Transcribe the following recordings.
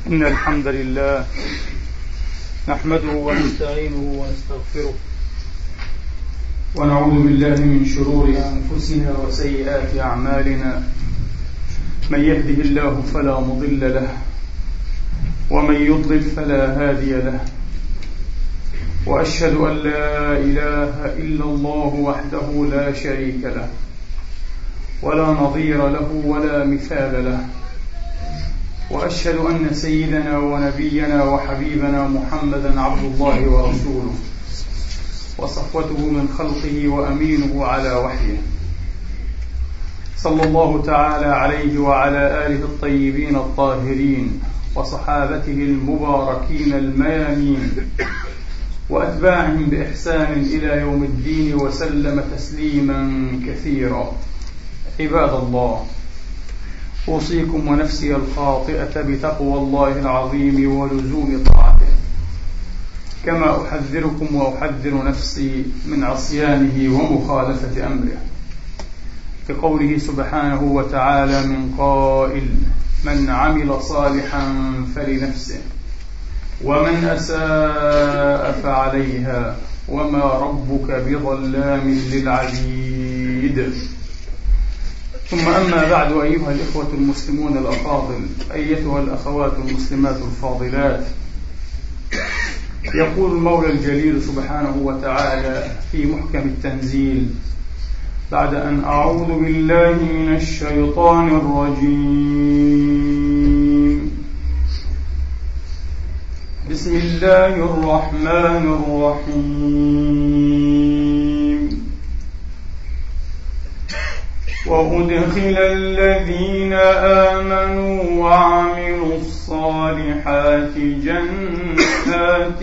إن الحمد لله نحمده ونستعينه ونستغفره ونعوذ بالله من شرور أنفسنا وسيئات أعمالنا. من يهده الله فلا مضل له ومن يضلل فلا هادي له، وأشهد أن لا إله إلا الله وحده لا شريك له ولا نظير له ولا مثال له، وأشهد أن سيدنا ونبينا وحبيبنا محمدا عبد الله ورسوله وصفوته من خلقه وأمينه على وحيه، صلى الله تعالى عليه وعلى آله الطيبين الطاهرين وصحابته المباركين الميامين وأتباعهم بإحسان إلى يوم الدين وسلم تسليما كثيرا. عباد الله، أوصيكم ونفسي الخاطئة بتقوى الله العظيم ولزوم طاعته، كما أحذركم وأحذر نفسي من عصيانه ومخالفة أمره، كقوله سبحانه وتعالى من قائل: من عمل صالحا فلنفسه ومن أساء فعليها وما ربك بظلام للعبيد. ثم أما بعد، أيها الإخوة المسلمون الأفاضل، أيتها الأخوات المسلمات الفاضلات، يقول المولى الجليل سبحانه وتعالى في محكم التنزيل بعد أن أعوذ بالله من الشيطان الرجيم: بسم الله الرحمن الرحيم: وأدخل الذين آمنوا وعملوا الصالحات جنات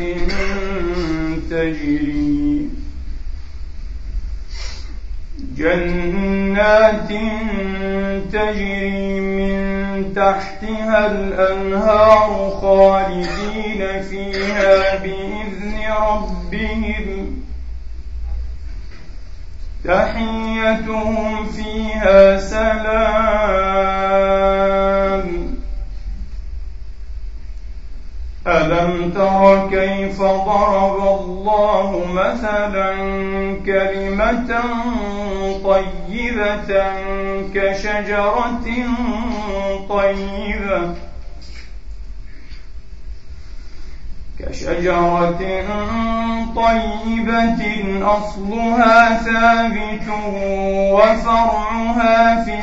تجري من تحتها الأنهار خالدين فيها بإذن ربهم، تحيتهم فيها سلام. ألم تر كيف ضرب الله مثلا كلمة طيبة كشجرة طيبة أصلها ثابت وفرعها في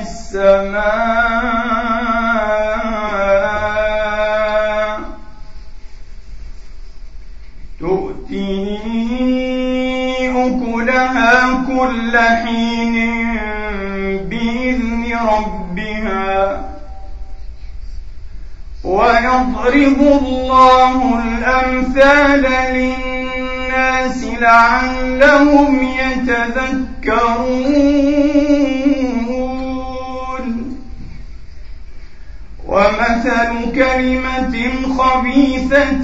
السماء، تؤتي أكلها كل حين بإذن ربها، ويضرب الله الأمثال للناس لعلهم يتذكرون. ومثل كلمة خبيثة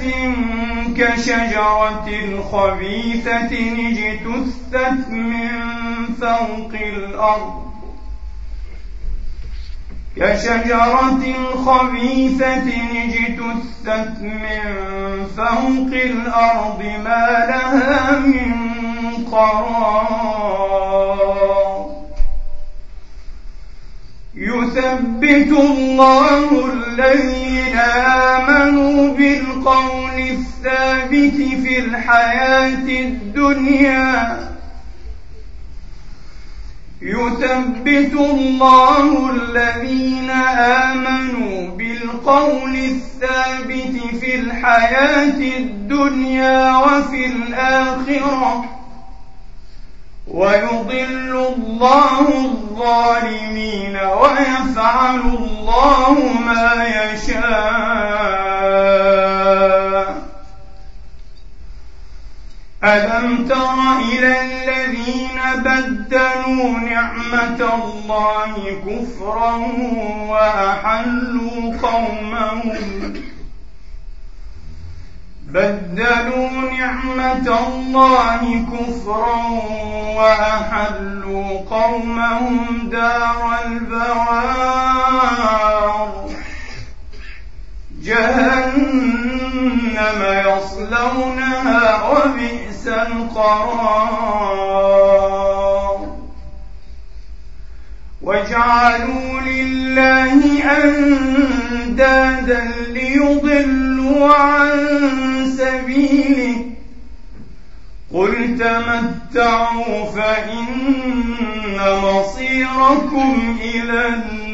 كشجرة خبيثة اجتثت من فوق الأرض ما لها من قرار. يثبت الله الذين آمنوا بالقول الثابت في الحياة الدنيا وفي الآخرة، ويضل الله الظالمين ويفعل الله ما يشاء. ألم تر إلى الذين بدلوا نعمة الله كفرا وأحلوا قومهم دار البوار جهنم يصلونها وبئس القرار وجعلوا لله أندادا ليضلوا عن سبيله قل تمتعوا فإن مصيركم إلى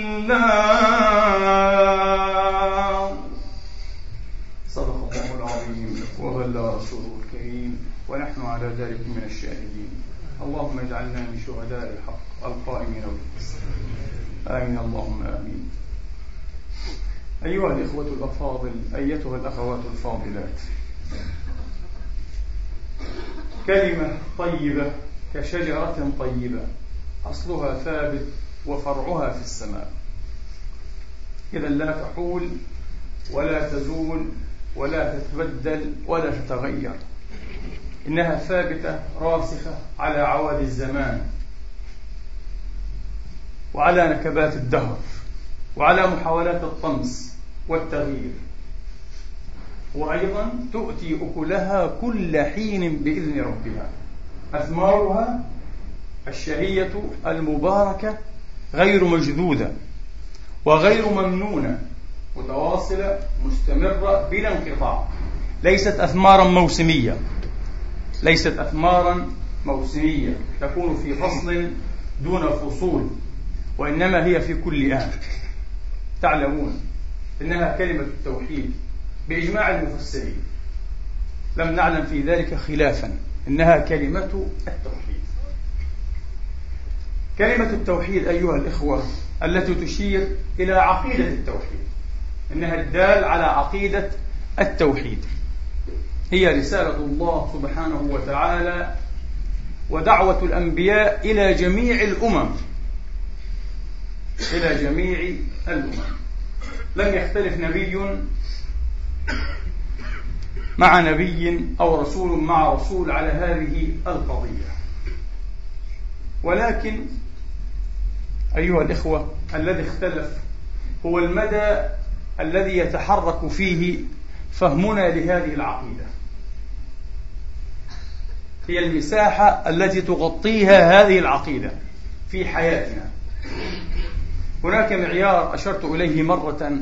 النار. صدق الله العظيم وبلغ رسوله الكريم ونحن على ذلك من الشاهدين. اللهم اجعلنا من شهداء الحق القائمين بالقسط. آمين اللهم آمين. أيها الإخوة الأفاضل، أيتها الأخوات الفاضلات، كلمة طيبة كشجرة طيبة أصلها ثابت وفرعها في السماء، إذا لا تحول ولا تزول ولا تتبدل ولا تتغير، إنها ثابتة راسخة على عواد الزمان وعلى نكبات الدهر وعلى محاولات الطمس والتغيير، وأيضا تؤتي أكلها كل حين بإذن ربها. أثمارها الشهية المباركة غير مجذوذة وغير ممنونة، متواصلة مستمرة بلا انقطاع، ليست أثمارا موسمية، ليست أثمارا موسمية تكون في فصل دون فصول، وإنما هي في كل آن. تعلمون إنها كلمة التوحيد بإجماع المفسرين، لم نعلم في ذلك خلافا، إنها كلمة التوحيد. كلمة التوحيد أيها الإخوة التي تشير إلى عقيدة التوحيد، إنها الدال على عقيدة التوحيد، هي رسالة الله سبحانه وتعالى ودعوة الأنبياء إلى جميع الأمم، إلى جميع الأمم. لم يختلف نبي مع نبي أو رسول مع رسول على هذه القضية، ولكن أيها الإخوة الذي اختلف هو المدى الذي يتحرك فيه فهمنا لهذه العقيدة، هي المساحة التي تغطيها هذه العقيدة في حياتنا. هناك معيار أشرت إليه مرة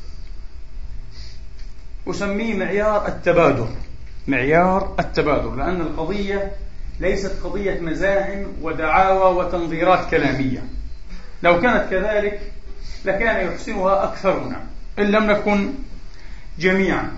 أسميه معيار التبادر، معيار التبادر، لأن القضية ليست قضية مزاعم ودعاوى وتنظيرات كلامية، لو كانت كذلك لكان يحسنها أكثرنا إن لم نكن جميعا.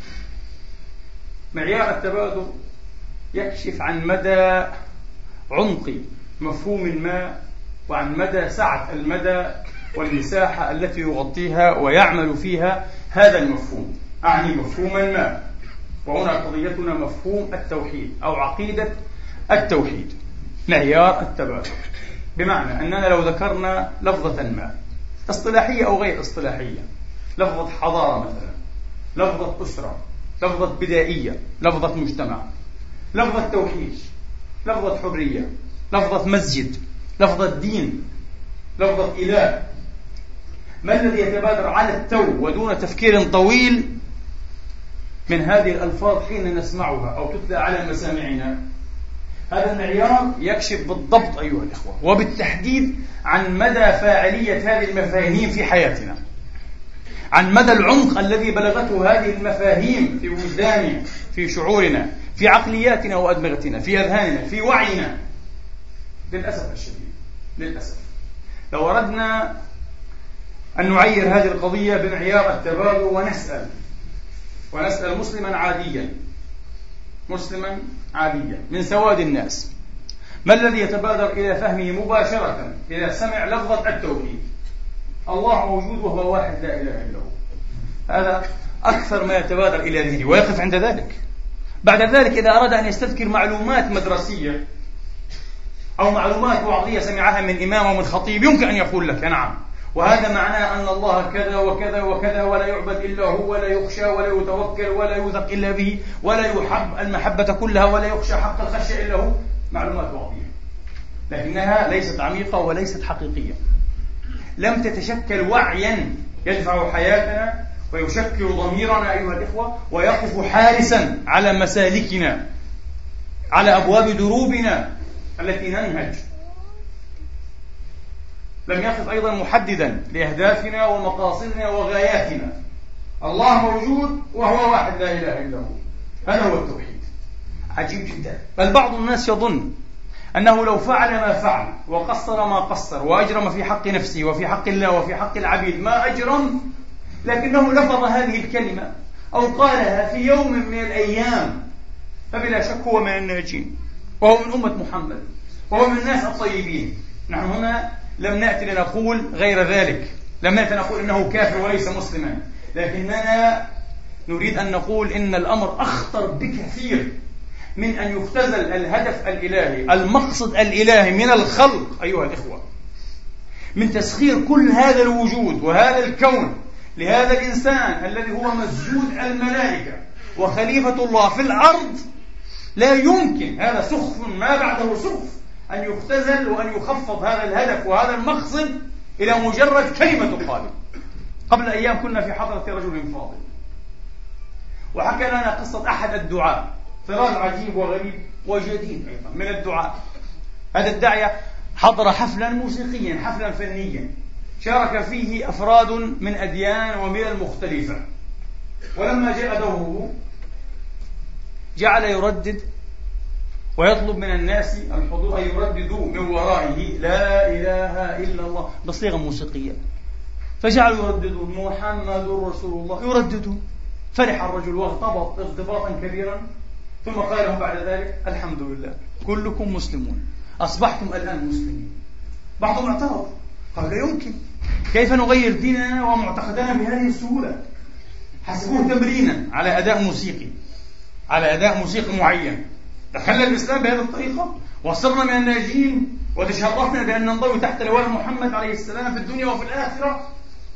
معيار التبادر يكشف عن مدى عمق مفهوم ما وعن مدى سعة المدى والمساحة التي يغطيها ويعمل فيها هذا المفهوم، أعني مفهوما ما، وهنا قضيتنا مفهوم التوحيد أو عقيدة التوحيد. معيار التبادر بمعنى أننا لو ذكرنا لفظة ما اصطلاحية أو غير اصطلاحية، لفظة حضارة مثلا، لفظة أسرة، لفظة بدائية، لفظة مجتمع، لفظة توحيد، لفظة حرية، لفظة مسجد، لفظة دين، لفظة إله، ما الذي يتبادر على التو ودون تفكير طويل من هذه الألفاظ حين نسمعها أو تتلى على مسامعنا؟ هذا المعيار يكشف بالضبط أيها الإخوة وبالتحديد عن مدى فاعلية هذه المفاهيم في حياتنا، عن مدى العمق الذي بلغته هذه المفاهيم في وجداننا، في شعورنا، في عقلياتنا وأدمغتنا، في أذهاننا، في وعينا. للأسف الشديد، للأسف لو أردنا أن نعير هذه القضية بمعيار التبادر ونسأل مسلما عاديا من سواد الناس ما الذي يتبادر إلى فهمه مباشرة إذا سمع لفظة التوحيد؟ الله موجود وهو واحد لا إله إلا هو، هذا أكثر ما يتبادر إلى ذهنه ويقف عند ذلك. بعد ذلك إذا أراد أن يستذكر معلومات مدرسية أو معلومات وعظية سمعها من إمام أو من خطيب يمكن أن يقول لك نعم، وهذا معناه أن الله كذا وكذا وكذا ولا يعبد إلا هو ولا يخشى ولا يتوكل ولا يوثق إلا به ولا يحب المحبة كلها ولا يخشى حق الخشية إلا هو. معلومات وعظية لكنها ليست عميقة وليست حقيقية، لم تتشكل وعيا يدفع حياتنا ويشكل ضميرنا أيها الإخوة، ويقف حارسا على مسالكنا، على أبواب دروبنا التي ننهج. لم يقف أيضا محددا لأهدافنا ومقاصدنا وغاياتنا. الله موجود وهو واحد لا إله إلا هو، هذا هو التوحيد. عجيب جدا. بل بعض الناس يظن أنه لو فعل ما فعل وقصر ما قصر وأجرم في حق نفسه وفي حق الله وفي حق العبيد ما أجرم، لكنه لفظ هذه الكلمة أو قالها في يوم من الأيام، فبلا شك هو من الناجين، وهو من أمة محمد، وهو من الناس الطيبين. نحن هنا لم نأتي لنقول غير ذلك، لم نأتي نقول إنه كافر وليس مسلما، لكننا نريد أن نقول إن الأمر أخطر بكثير من أن يختزل الهدف الإلهي، المقصد الإلهي من الخلق أيها الإخوة، من تسخير كل هذا الوجود وهذا الكون لهذا الإنسان الذي هو مسجود الملائكة وخليفة الله في الأرض. لا يمكن، هذا سخف ما بعده سخف، أن يختزل وأن يخفض هذا الهدف وهذا المقصد إلى مجرد كلمة تقال. قبل أيام كنا في حضرة رجل فاضل، وحكى لنا قصة أحد الدعاة، طراز عجيب وغريب وجديد أيضا من الدعاء. هذا الداعية حضر حفلا موسيقيا، حفلا فنيا، شارك فيه أفراد من أديان وملل مختلفة، ولما جاء دوره جعل يردد ويطلب من الناس الحضور أن يرددوا من ورائه لا إله إلا الله بصيغة موسيقية، فجعلوا يرددوا محمد رسول الله، يرددوا. فرح الرجل واغتبط اغتباطا كبيرا، ثم قال لهم بعد ذلك الحمد لله كلكم مسلمون، أصبحتم الآن مسلمين. بعضهم اعترض، قال لا يمكن، كيف نغير ديننا ومعتقدنا بهذه السهولة؟ حسبوه تمرينا على أداء موسيقي، على أداء موسيقي معين. دخلنا الإسلام بهذه الطريقة وصرنا من الناجين وتشرفنا بأن ننضوي تحت لواء محمد عليه السلام في الدنيا وفي الآخرة.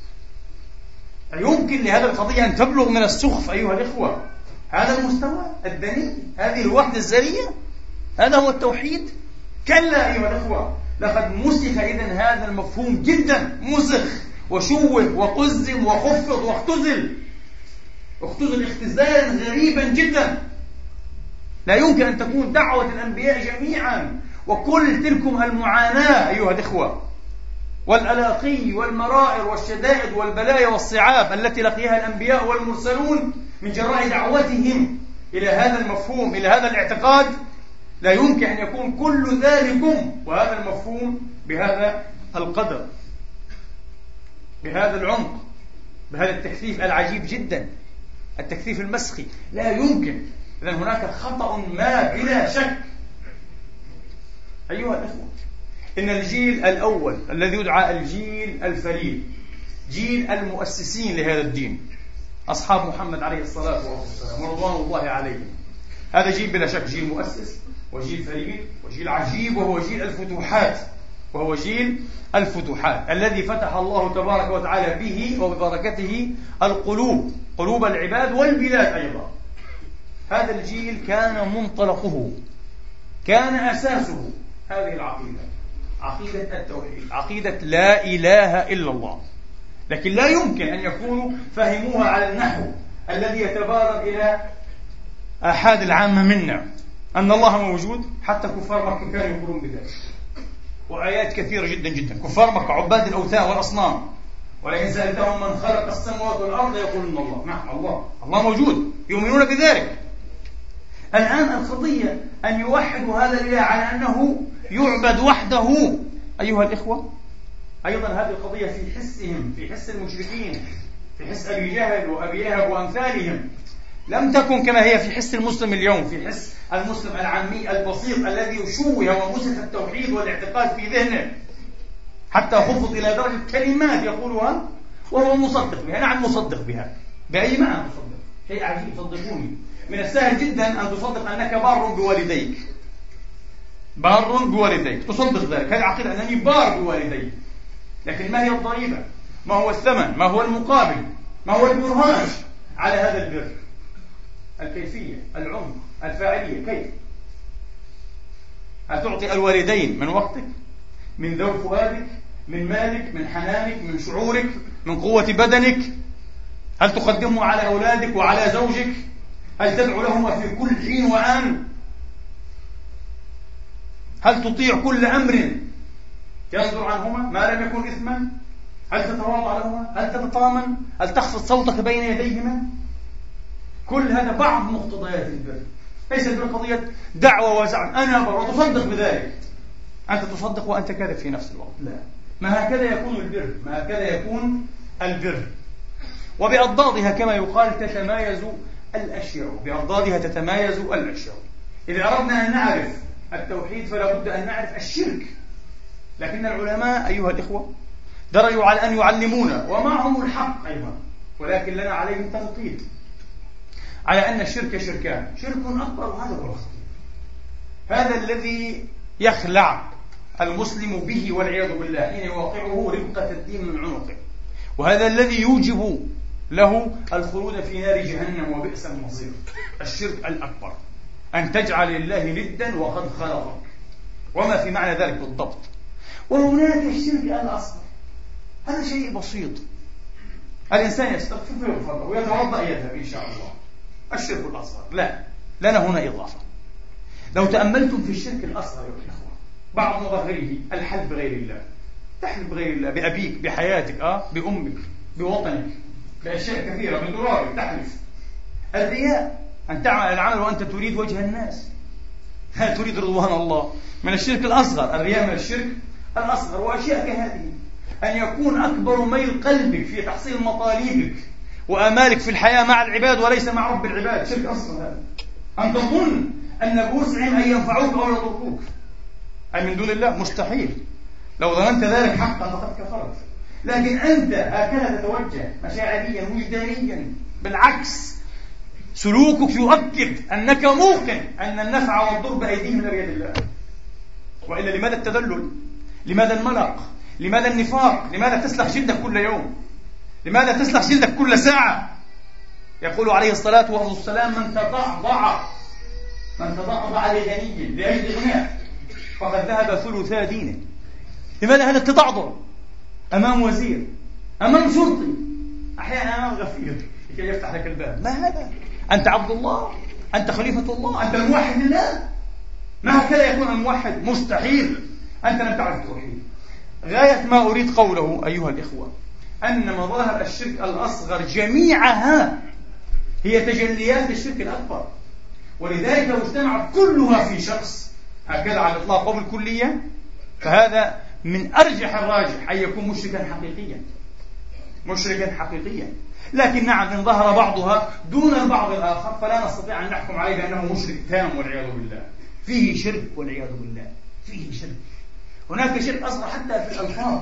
يمكن لهذه القضية أن تبلغ من السخف أيها الإخوة، هذا المستوى الدني، هذه الوحدة الذرية، هذا هو التوحيد؟ كلا أيها الإخوة، لقد مسخ إذن هذا المفهوم جدا، مسخ وشوه وقزم وخفض واختزل اختزالا غريبا جدا. لا يمكن أن تكون دعوة الأنبياء جميعا وكل تلكم المعاناة أيها الإخوة والألاقي والمرائر والشدائد والبلايا والصعاب التي لقيها الأنبياء والمرسلون من جراء دعوتهم إلى هذا المفهوم، إلى هذا الاعتقاد. لا يمكن أن يكون كل ذلكم وهذا المفهوم بهذا القدر، بهذا العمق، بهذا التكثيف العجيب جدا، التكثيف المسخي. لا يمكن. إذن هناك خطأ ما بلا شك. أيها الأخوة، إن الجيل الأول الذي يدعى الجيل الفريد، جيل المؤسسين لهذا الدين، أصحاب محمد عليه الصلاة والسلام ورضوان الله عليهم، هذا جيل بلا شك جيل مؤسس وجيل فريد وجيل عجيب، وهو جيل الفتوحات، وهو جيل الفتوحات الذي فتح الله تبارك وتعالى به وببركته القلوب، قلوب العباد والبلاد أيضا. هذا الجيل كان منطلقه، كان أساسه هذه العقيدة، عقيدة التوحيد، عقيدة لا إله إلا الله. لكن لا يمكن أن يكونوا فهموها على النحو الذي يتبادر إلى آحاد العامة منا، أن الله موجود. حتى كفار مكة كانوا يقولون بذلك، وآيات كثيرة جدا جدا. كفار مكة عباد الأوثان والأصنام، ولئن سألتهم من خلق السماوات والأرض يقولون الله. نعم، الله موجود، يؤمنون بذلك. الآن القضية أن يوحدوا هذا الإله على أنه يعبد وحده أيها الإخوة. أيضا هذه القضية في حسهم، في حس المشركين، في حس أبي جهل وأبي لهب وأمثالهم، لم تكن كما هي في حس المسلم اليوم، في حس المسلم العامي البسيط الذي يشوه ومسخ التوحيد والاعتقاد في ذهنه حتى خفض إلى درجة كلمات يقولها وهو مصدق بها. نعم، مصدق بها. بأي معنى مصدق؟ شيء عجيب، صدقوني. من السهل جدا أن تصدق أنك بار بوالديك، بار بوالديك، تصدق ذلك، هذه عقيدة أنني بار بوالدي. لكن ما هي الضريبة؟ ما هو الثمن؟ ما هو المقابل؟ ما هو البرهان على هذا البر؟ الكيفية، العمق، الفاعلية. كيف؟ هل تعطي الوالدين من وقتك، من ذوق فؤادك، من مالك، من حنانك، من شعورك، من قوة بدنك؟ هل تقدمه على أولادك وعلى زوجك؟ هل تدعو لهما في كل حين وآن؟ هل تطيع كل أمر يصدر عنهما ما لم يكن إثما؟ هل تتواضع لهما؟ هل تتطامن؟ هل تخفض صوتك بين يديهما؟ كل هذا بعض مقتضيات البر. ليس البر قضية دعوة وزعم أنا بر وتصدق بذلك. أنت تصدق وأنت كاذب في نفس الوقت. لا، ما هكذا يكون البر، ما هكذا يكون البر. وبأضدادها كما يقال تتمايز الأشياء، بأضدادها تتمايز الأشياء. إذا أردنا أن نعرف التوحيد فلا بد أن نعرف الشرك. لكن العلماء أيها الإخوة درجوا على أن يعلمونا ومعهم الحق أيضا، ولكن لنا عليهم تنقيط على أن الشرك شركان، شرك أكبر وهذا هو الخطير، هذا الذي يخلع المسلم به والعياذ بالله حين يواقعه ربقة الدين من عنقه، وهذا الذي يوجب له الخلود في نار جهنم وبئس المصير. الشرك الأكبر أن تجعل الله ندا وقد خلقك، وما في معنى ذلك بالضبط. وهناك الشرك الأصغر، هذا شيء بسيط، الإنسان يستغفر ويغفر له ويتوضأ يذهب إن شاء الله. الشرك الأصغر لا، لنا هنا إضافة. لو تأملتم في الشرك الأصغر يا إخوة، بعض مظاهره الحلف بغير الله، تحلف بغير الله بأبيك، بحياتك، بأمك، بوطنك، بأشياء كثيرة، من دولارك تحلف. الرياء، أن تعمل العمل وأنت تريد وجه الناس، هل تريد رضوان الله، من الشرك الأصغر. الرياء من الشرك الأصغر. وأشياء كهذه، أن يكون أكبر ميل قلبك في تحصيل مطالبك وآمالك في الحياة مع العباد وليس مع رب العباد، شرك أصغر هذا. أن تظن أن بوسعهم أن ينفعوك أو يضروك، أي من دون الله، مستحيل. لو ظننت ذلك حقا فقد كفرت. لكن أنت هكذا تتوجه مشاعريا وجدانيا، بالعكس سلوكك يؤكد أنك موقن أن النفع والضر بأيديهم لا بيد الله. وإلا لماذا التذلل؟ لماذا الملق؟ لماذا النفاق؟ لماذا تسلخ جلدك كل يوم؟ لماذا تسلخ جلدك كل ساعة؟ يقول عليه الصلاة والسلام من تضعضع لغني لأجل غناه فقد ذهب ثلثا دينه. لماذا هذا التضعضع أمام وزير، أمام شرطي، أحيانا أمام غفير لكي يفتح لك الباب؟ ما هذا؟ أنت عبد الله، أنت خليفة الله، أنت الموحد لله. ما هكذا يكون الموحد؟ مستحيل. أنت لم تعرف التوحيد. غاية ما أريد قوله أيها الإخوة أن مظاهر الشرك الأصغر جميعها هي تجليات الشرك الأكبر، ولذلك لو اجتمعت كلها في شخص هكذا على الإطلاق وبالكلية فهذا من أرجح الراجح أن يكون مشركا حقيقيا. لكن نعم إن ظهر بعضها دون البعض الآخر فلا نستطيع أن نحكم عليه بأنه مشرك تام والعياذ بالله. فيه شرك والعياذ بالله، فيه شرك. هناك شرك أصغر حتى في الألفاظ،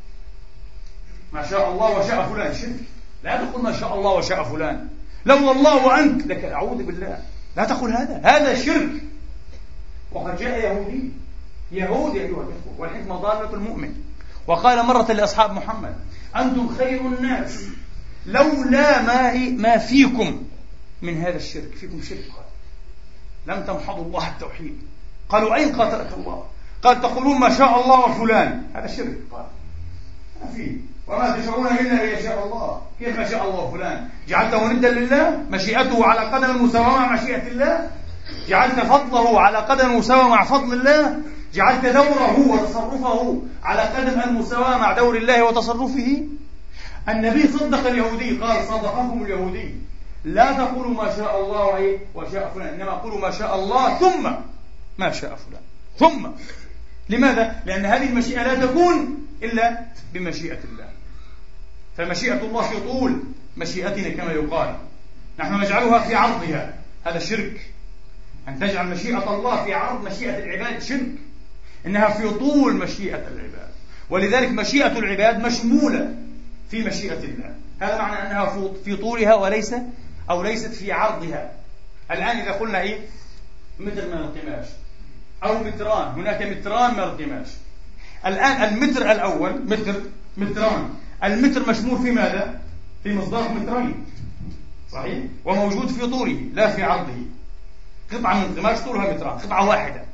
ما شاء الله وشاء فلان شرك. لا تقول ما شاء الله وشاء فلان، لو الله وأنت لك، أعوذ بالله، لا تقول هذا شرك. وقد جاء يهودي أيها الإخوة، والحكمة ضالة المؤمن، وقال مرة لأصحاب محمد أنتم خير الناس لولا ما فيكم من هذا الشرك، فيكم شرك، لم تمحضوا الله التوحيد. قالوا أين قاتلك الله؟ قال تقولون ما شاء الله وفلان، هذا شرك. قال ما فيه، وما تشعرون إلا أن يشاء الله. كيف ما شاء الله وفلان؟ جعلته ندا لله؟ مشيئته على قدر المساواة مع مشيئة الله؟ جعلت فضله على قدر المساواة مع فضل الله؟ جعلت دوره وتصرفه على قدر المساواة مع دور الله وتصرفه؟ النبي صدق اليهودي، قال صدقكم اليهودي، لا تقولوا ما شاء الله وشاء فلان، إنما قولوا ما شاء الله ثم ما شاء فلان. ثم لماذا؟ لأن هذه المشيئة لا تكون إلا بمشيئة الله، فمشيئة الله في طول مشيئتنا كما يقال، نحن نجعلها في عرضها، هذا شرك. أن تجعل مشيئة الله في عرض مشيئة العباد شرك، إنها في طول مشيئة العباد، ولذلك مشيئة العباد مشمولة في مشيئة الله. هذا معنى أنها في طولها ليست في عرضها. الآن إذا قلنا متر من القماش أو متران، هناك متران من القماش. الآن المتر الأول متران، المتر مشمول في ماذا؟ في مصداق مترين، صحيح؟ وموجود في طوله لا في عرضه. قطعة من القماش طولها متران، قطعة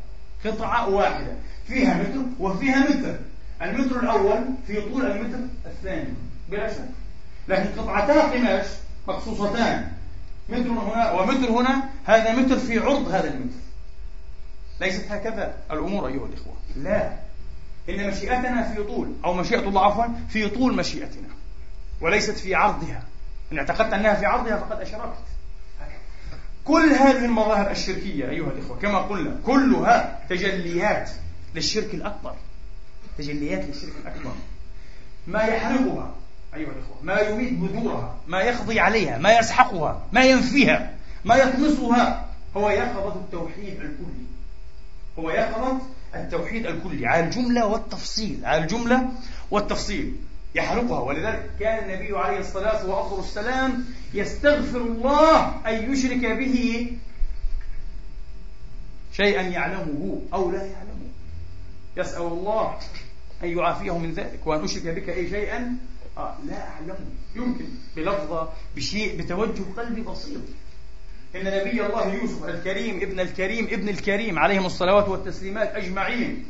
واحدة فيها متر وفيها متر. المتر الأول في طول المتر الثاني بلا شك، لكن قطعتا قماش مقصوصتان، متر هنا ومتر هنا، هذا متر في عرض هذا المتر. ليست هكذا الأمور أيها الإخوة، لا، إن مشيئتنا في طول، أو مشيئة الله عفوا في طول مشيئتنا، وليست في عرضها. إن اعتقدت أنها في عرضها فقد أشركت. كل هذه المظاهر الشركية أيها الإخوة كما قلنا كلها تجليات للشرك الأكبر، تجليات للشرك الأكبر. ما يحرقها أيها الإخوة، ما يميت بذورها، ما يقضي عليها، ما يسحقها، ما ينفيها، ما يطمسها، هو يقظة التوحيد الكلي، هو يقظة التوحيد الكلي على الجملة والتفصيل، على الجملة والتفصيل يحرقها. ولذلك كان النبي عليه الصلاة والسلام يستغفر الله أن يشرك به شيئا يعلمه أو لا يعلمه، يسأل الله أن يعافيه من ذلك، وأن أشرك بك أي شيئا لا أعلمه، يمكن بلفظة، بشيء، بتوجه قلبي بسيط. إن نبي الله يوسف الكريم ابن الكريم ابن الكريم عليهم الصلوات والتسليمات أجمعين،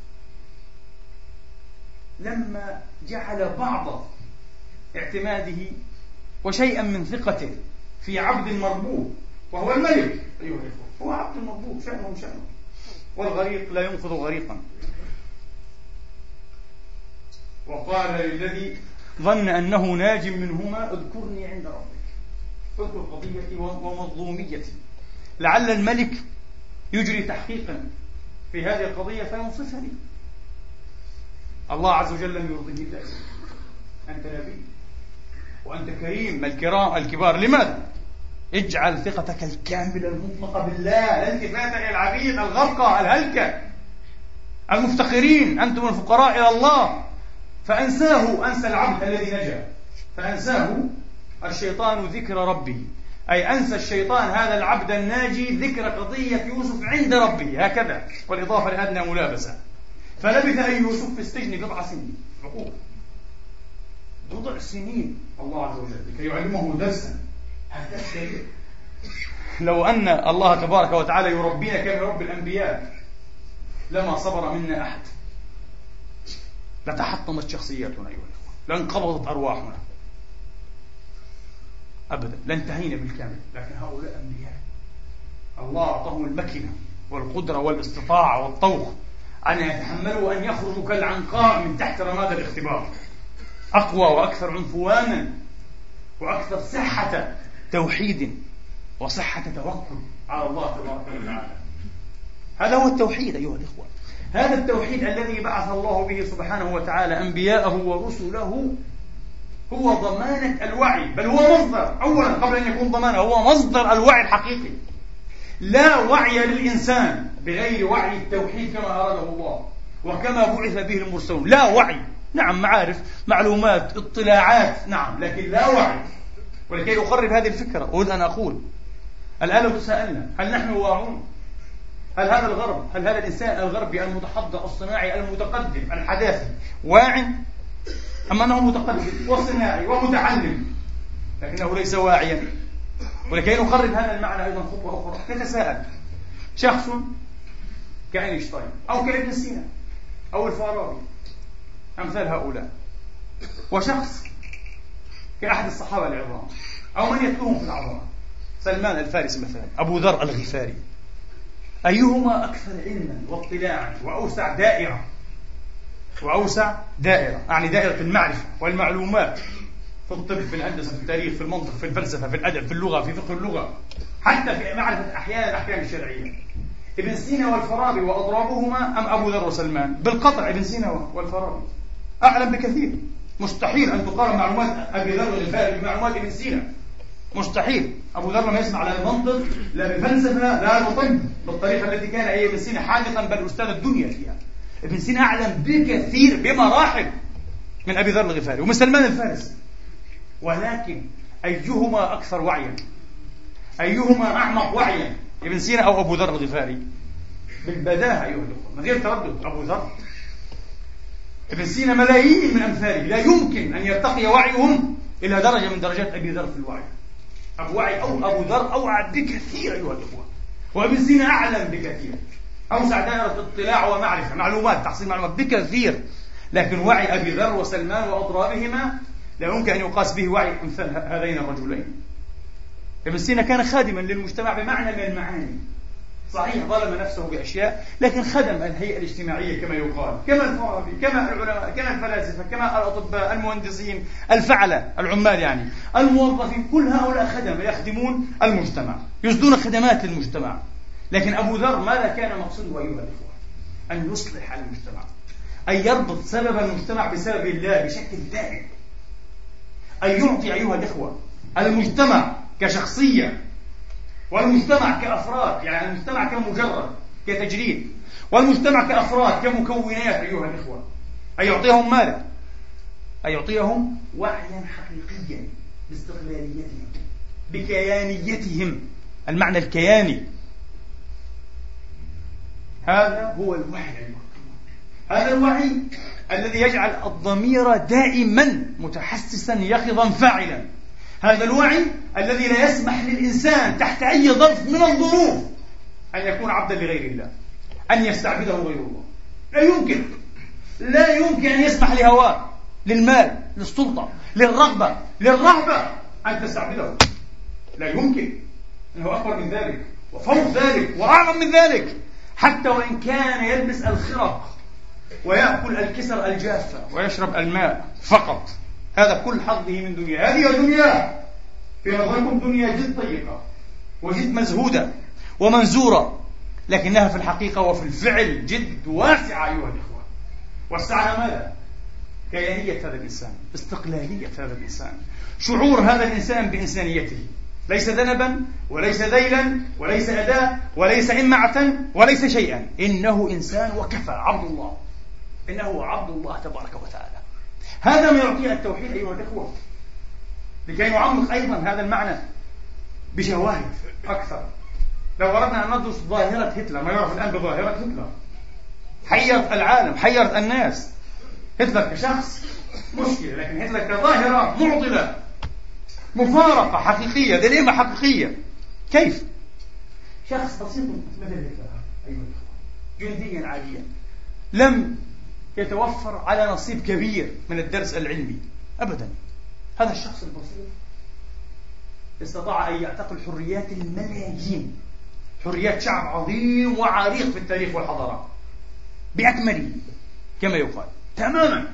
لما جعل بعض اعتماده وشيئا من ثقته في عبد مربوب وهو الملك أيها الإخوة، هو عبد مربوب شأنه شأنه، والغريق لا ينقذ غريقا. وقال للذي ظن أنه ناج منهما اذكرني عند ربك، اذكر قضيتي ومظلوميتي، لعل الملك يجري تحقيقا في هذه القضية فينصفني. الله عز وجل لم يرضه ذلك. أنت نبي وأنت كريم، الكبار، لماذا؟ اجعل ثقتك الكاملة المطلقة بالله، لا التفات إلى العبيد الغرقى الهلكة المفتقرين، أنتم الفقراء إلى الله. فأنساه، أنسى العبد الذي نجا، فأنساه الشيطان ذكر ربه، أي أنسى الشيطان هذا العبد الناجي ذكر قضية يوسف عند ربه، هكذا، والإضافة لأدنى ملابسة. فلبث أي يوسف في السجن 7 سنين، عقوبة 9 سنين، الله عز وجل لكي يعلمه درسا. هذا الدليل. لو أن الله تبارك وتعالى يربينا كما يربي الأنبياء لما صبر منا أحد، لتحطمت شخصياتنا أيها الأخوة، لانقبضت أرواحنا أبدا، لانتهينا بالكامل. لكن هؤلاء أنبياء الله أعطاهم المكنة والقدرة والاستطاعة والطوق أن يتحملوا أن يخرجوا كالعنقاء من تحت رماد الاختبار، أقوى وأكثر عنفوانا وأكثر صحة توحيد وصحة توكل على الله تبارك وتعالى. هذا هو التوحيد أيها الإخوة، هذا التوحيد الذي بعث الله به سبحانه وتعالى أنبياءه ورسله، هو ضمانة الوعي، بل هو مصدر، أولا قبل أن يكون ضمانة هو مصدر الوعي الحقيقي. لا وعي للإنسان بغير وعي التوحيد كما أراده الله وكما بعث به المرسلون. لا وعي، نعم معارف، معلومات، اطلاعات، نعم، لكن لا وعي. ولكي أقرب هذه الفكرة أريد أن أقول الآن لو تسألنا هل نحن واعون؟ هل هذا الغرب، هل هذا الإنسان الغربي المتحضر الصناعي المتقدم الحداثي واعٍ؟ أما أنه متقدم وصناعي ومتعلم لكنه ليس واعيا. ولكي نقرب هذا المعنى أيضا خطوة أخرى، نتساءل: شخص كأينشتاين أو كابن سينا أو الفارابي أمثال هؤلاء، وشخص كأحد الصحابة العظام أو من يتلوهم في العظمة، سلمان الفارسي مثلا، أبو ذر الغفاري، أيهما أكثر علما واطلاعا وأوسع دائرة يعني دائرة المعرفة والمعلومات في الطب، في الهندسة، في التاريخ، في المنطق، في الفلسفة، في الأدب، في اللغة، في فقه اللغة، حتى في معرفة أحيان الأحكام الشرعية، ابن سينا والفارابي وأضرابهما أم أبو ذر وسلمان؟ بالقطع ابن سينا والفارابي أعلم بكثير. مستحيل أن تقارن معلومات أبي ذر الغفاري بمعلومات ابن سينا، مستحيل. أبو ذر لم يسمع لا المنطق لا بفلسفة لا بطب بالطريقة التي كان أي ابن سينا حاذقا بل أستاذ الدنيا فيها. ابن سينا أعلم بكثير بمراحل من أبي ذر الغفاري ومن سلمان الفارسي، ولكن أيهما أكثر وعيا؟ أيهما أعمق وعيا؟ ابن سينا أو أبو ذر الغفاري؟ بالبداهة أيها الأخوة، من غير تردد، أبو ذر. ابن سينا ملايين من أمثاله لا يمكن أن يرتقي وعيهم إلى درجة من درجات أبي ذر في الوعي. أبو ذر أوعى بكثير أيها الأخوة، وابن سينا أعلم بكثير، أوسع دائرة اطلاع ومعرفة، معلومات، تحصيل معلومات بكثير. لكن وعي أبي ذر وسلمان وأضرابهما لا يمكن أن يقاس به وعي أمثال هذين الرجلين. ابن سينا كان خادما للمجتمع بمعنى من المعاني، صحيح ظلم نفسه بأشياء لكن خدم الهيئة الاجتماعية كما يقال، كما الفارابي، كما العلماء، كما الفلاسفة، كما الأطباء، المهندسين، الفعلة، العمال، يعني الموظفين، كل هؤلاء يخدمون المجتمع، يسدون خدمات للمجتمع. لكن أبو ذر ماذا كان مقصوده أيها الإخوة؟ أن يصلح المجتمع، أن يربط سبب المجتمع بسبب الله بشكل دائم، أن يعطي أيها الإخوة المجتمع كشخصية، والمجتمع كأفراد، يعني المجتمع كمجرد كتجريد، والمجتمع كأفراد كمكونات أيها الإخوة، أن يعطيهم ماذا؟ أن يعطيهم وعيا حقيقيا باستقلاليتهم، بكيانيتهم، المعنى الكياني. هذا هو الوعي، هذا الوعي الذي يجعل الضمير دائما متحسسا يقظا فاعلا، هذا الوعي الذي لا يسمح للإنسان تحت أي ظرف من الظروف أن يكون عبدا لغير الله، أن يستعبده غير الله. لا يمكن أن يسمح لهواه، للمال، للسلطة، للرغبة، للرهبة أن تستعبده. لا يمكن، أنه أكبر من ذلك وفوق ذلك وأعظم من ذلك، حتى وإن كان يلبس الخرق ويأكل الكسر الجافة ويشرب الماء فقط، هذا كل حظه من دنيا. هذه دنيا في نظركم دنيا جد ضيقة وجد مزهودة ومنزورة، لكنها في الحقيقة وفي الفعل جد واسعة أيها الإخوة. وسعنا ماذا؟ كيانية هذا الإنسان، استقلالية هذا الإنسان، شعور هذا الإنسان بإنسانيته، ليس ذنبا وليس ذيلا وليس أداة وليس إمعة وليس شيئا، إنه إنسان وكفى، عبد الله، إنه عبد الله تبارك وتعالى. هذا ما يعطينا التوحيد أيها الإخوة، لكي نعمق أيضا هذا المعنى بشواهد أكثر. لو أردنا أن ندرس ظاهرة هتلر، ما يعرف الآن بظاهرة هتلر، حيرت العالم، حيرت الناس. هتلر كشخص مشكلة، لكن هتلر كظاهرة معضلة، مفارقة حقيقية، دليمة حقيقية. كيف؟ شخص بسيط مثل هتلر أيها الإخوة، جنديا عاديا، لم يتوفر على نصيب كبير من الدرس العلمي أبدا. هذا الشخص البسيط استطاع أن يعتقل حريات الملايين، حريات شعب عظيم وعريق في التاريخ والحضارة بأكمله كما يقال تماما،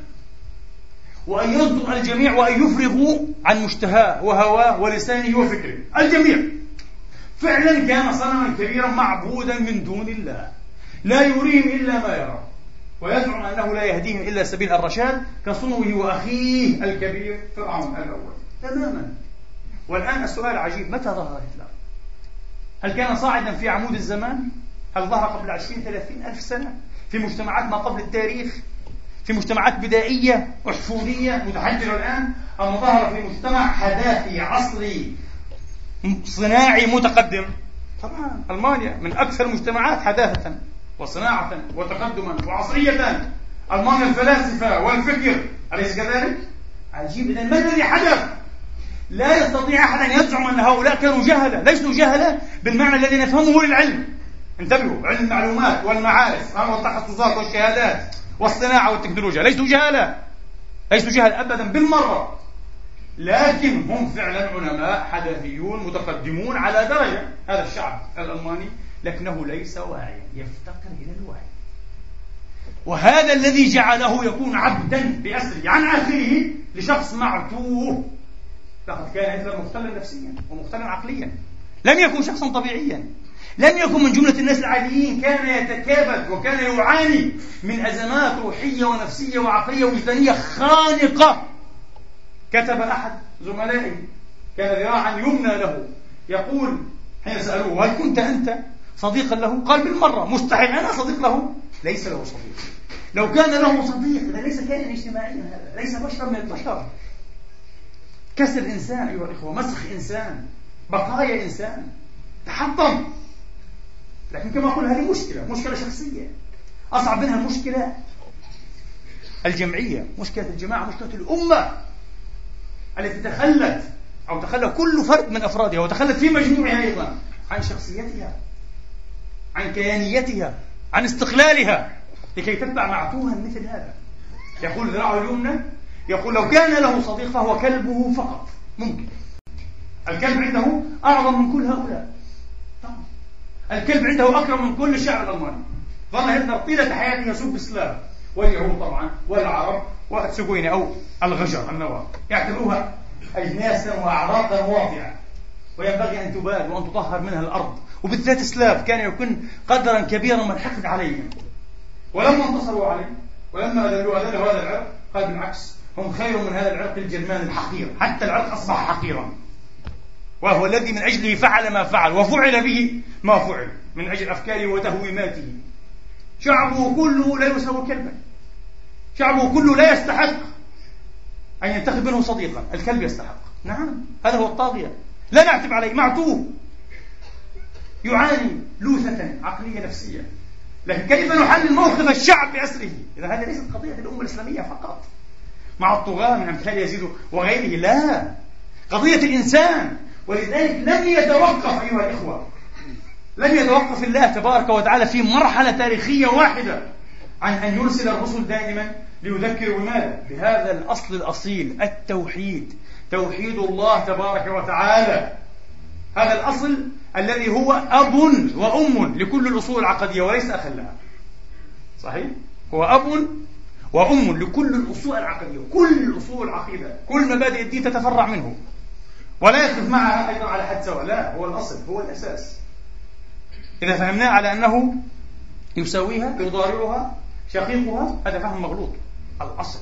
وأن يصدر الجميع وأن يفرغوا عن مشتهاه وهواه ولسانه وفكره. الجميع فعلا كان صنما كبيرا معبودا من دون الله، لا يريهم إلا ما يرى، ويزعم أنه لا يهديهم إلا سبيل الرشاد، كصنوه وأخيه الكبير فرعون الأول تماما. والآن السؤال عجيب، متى ظهر هتلر؟ هل كان صاعدا في عمود الزمان؟ هل ظهر قبل 20-30 ألف سنة في مجتمعات ما قبل التاريخ، في مجتمعات بدائية أحفورية متحجرة الآن، أم ظهر في مجتمع حداثي عصري صناعي متقدم؟ طبعا ألمانيا من أكثر المجتمعات حداثة وصناعة وتقدما وعصرية، ألمانيا الفلاسفة والفكر، أليس كذلك؟ عجيب. إذن ما الذي حدث؟ لا يستطيع أحد أن يزعم أن هؤلاء كانوا جهلة، ليسوا جهلة بالمعنى الذي نفهمه للعلم. انتبهوا، علم المعلومات والمعارف والتخصصات والشهادات والصناعة والتكنولوجيا، ليسوا جهلة، ليسوا جهلة أبدا بالمرة، لكن هم فعلا علماء حداثيون متقدمون على درجة. هذا الشعب الألماني لكنه ليس واعيا، يفتقر إلى الوعي، وهذا الذي جعله يكون عبدا بأسره عن آخره لشخص معتوه. لقد كان هتلر مختلا نفسيا ومختلا عقليا، لم يكن شخصا طبيعيا، لم يكن من جملة الناس العاديين، كان يتكابد وكان يعاني من أزمات روحية ونفسية وعقلية وجدانية خانقة. كتب أحد زملائه كان ذراعا يمنى له، يقول حين سألوه هل كنت أنت صديقا له؟ قال بالمرة مستحيل أنا صديق له، ليس له صديق. لو كان له صديق ليس كائنا اجتماعيا، هذا ليس بشرا من البشر. كسر إنسان أيها الإخوة، مسخ إنسان، بقايا إنسان، تحطم. لكن كما أقول هذه مشكلة شخصية. أصعب منها المشكلة الجمعية، مشكلة الجماعة، مشكلة الأمة التي تخلت أو تخلى كل فرد من أفرادها وتخلت في مجموعها أيضا عن شخصيتها، عن كيانيتها، عن استقلالها، لكي تتبع معتوها مثل هذا. يقول ذراعه اليمنى يقول لو كان له صديق فهو كلبه فقط. ممكن الكلب عنده أعظم من كل هؤلاء. الكلب عنده أكرم من كل الشعب الألماني. ظل هتلر طيلة حياته يسب السلاف واليهود طبعا والعرب والسجوينة أو الغجر النوار، يعتبروها أجناسا وأعراضا واضعة وينبغي أن تباد وأن تطهر منها الأرض. وبالذات السلاف كان يكون قدرا كبيرا من حقد عليهم، ولما انتصروا عليه ولما أذلوا هذا العرق قال بالعكس هم خير من هذا العرق الجرمان الحقير، حتى العرق أصبح حقيرا، وهو الذي من أجله فعل ما فعل وفعل به ما فعل من أجل أفكاره وتهويماته. شعبه كله لا يساوي كلبا، شعبه كله لا يستحق أن ينتخب منه صديقا. الكلب يستحق. نعم هذا هو الطاغية، لا نعتب عليه، معتوه يعاني لوثة عقلية نفسية. لكن كيف نحلل موقف الشعب بأسره؟ إذا هذه ليست قضية الأمة الإسلامية فقط مع الطغاة من أمثال يزيد وغيره، لا، قضية الإنسان. ولذلك لم يتوقف أيها الإخوة، لم يتوقف الله تبارك وتعالى في مرحلة تاريخية واحدة عن أن يرسل الرسل دائما ليذكروا بماذا؟ بهذا الأصل الأصيل، التوحيد، توحيد الله تبارك وتعالى. هذا الأصل الذي هو أب وأم لكل الأصول العقدية وليس أخا لها. صحيح؟ هو أب وأم لكل الأصول العقدية، كل أصول العقيدة، كل مبادئ الدين تتفرع منه، ولا يقف معها أيضا على حد سواء، لا، هو الأصل، هو الأساس. إذا فهمناه على أنه يساويها، يضارعها، شقيقها، هذا فهم مغلوط. الأصل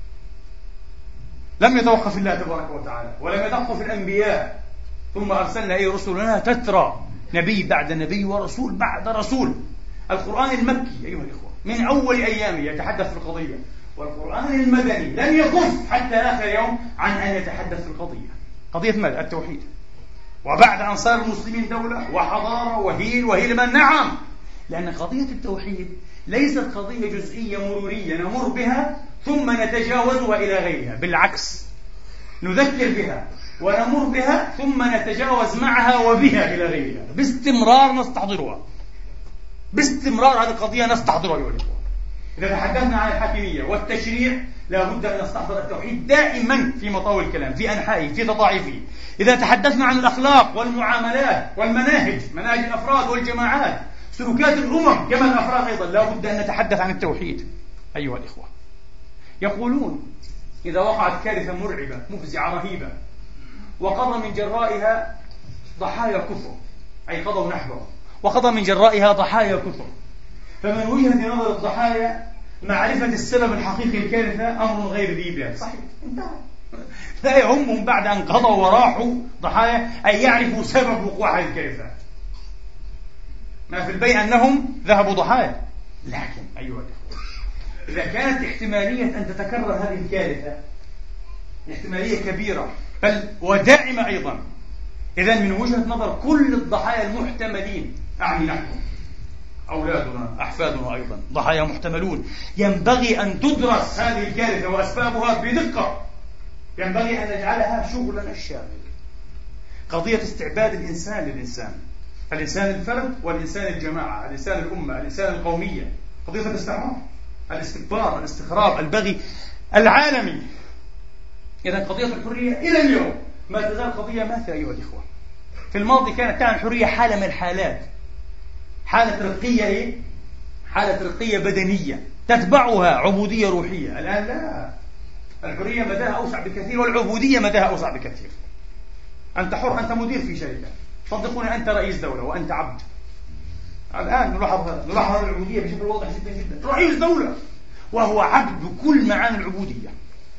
لم يتوقف الله تبارك وتعالى ولم يتوقف الأنبياء، ثم أرسلنا إليه رسلنا تترى، نبي بعد نبي ورسول بعد رسول. القرآن المكي أيها الإخوة من أول أيامه يتحدث في القضية، والقرآن المدني لن يكف حتى آخر يوم عن أن يتحدث في القضية. قضية ماذا؟ التوحيد. وبعد أن صار المسلمين دولة وحضارة وهيلما، نعم، لأن قضية التوحيد ليست قضية جزئية مرورية نمر بها ثم نتجاوزها إلى غيرها، بالعكس، نذكر بها ونمر بها ثم نتجاوز معها وبها إلى غيرها، باستمرار نستحضرها، باستمرار هذه القضية نستحضرها أيها الإخوة. إذا تحدثنا عن الحاكمية والتشريع لا بد أن نستحضر التوحيد دائما في مطاول الكلام، في أنحائه، في تضاعفه. إذا تحدثنا عن الأخلاق والمعاملات والمناهج، مناهج الأفراد والجماعات، سلوكات الأمم كما الأفراد أيضا، لا بد أن نتحدث عن التوحيد أيها الإخوة. يقولون إذا وقعت كارثة مرعبة مفزعة رهيبة وقضى من جرائها ضحايا كثر، أي قضوا نحبه، وقضى من جرائها ضحايا كثر، فمن وجهة نظر الضحايا معرفة السبب الحقيقي للكارثة أمر غير ذي بال. صحيح، انتهى، لا يهمهم بعد أن قضوا وراحوا ضحايا أن يعرفوا سبب وقوع هذه الكارثة. ما في البيع أنهم ذهبوا ضحايا. لكن أيها الأخوة، إذا كانت احتمالية أن تتكرر هذه الكارثة احتمالية كبيرة بل ودائمة أيضا، إذن من وجهة نظر كل الضحايا المحتملين، أعني نحن أولادنا أحفادنا أيضا ضحايا محتملون، ينبغي أن تدرس هذه الكارثة وأسبابها بدقة، ينبغي أن نجعلها شغلنا الشاغل. قضية استعباد الإنسان للإنسان، الإنسان الفرد والإنسان الجماعة، الإنسان الأمة، الإنسان القومية، قضية الاستعمار، الاستكبار، الاستخراب، البغي العالمي. إذن قضية الحرية إلى اليوم ما تزال قضية ماثلة أيها الإخوة. في الماضي كانت تعني الحرية حالة من الحالات، حالة رقية، حالة رقية بدنية تتبعها عبودية روحية. الآن لا، الحرية مداها أوسع بكثير والعبودية مداها أوسع بكثير. أنت حر، أنت مدير في شركة، صدقوني أنت رئيس دولة وأنت عبد. الآن نلاحظ العبودية بشكل واضح جدا جدا. رئيس دولة وهو عبد بكل معاني العبودية.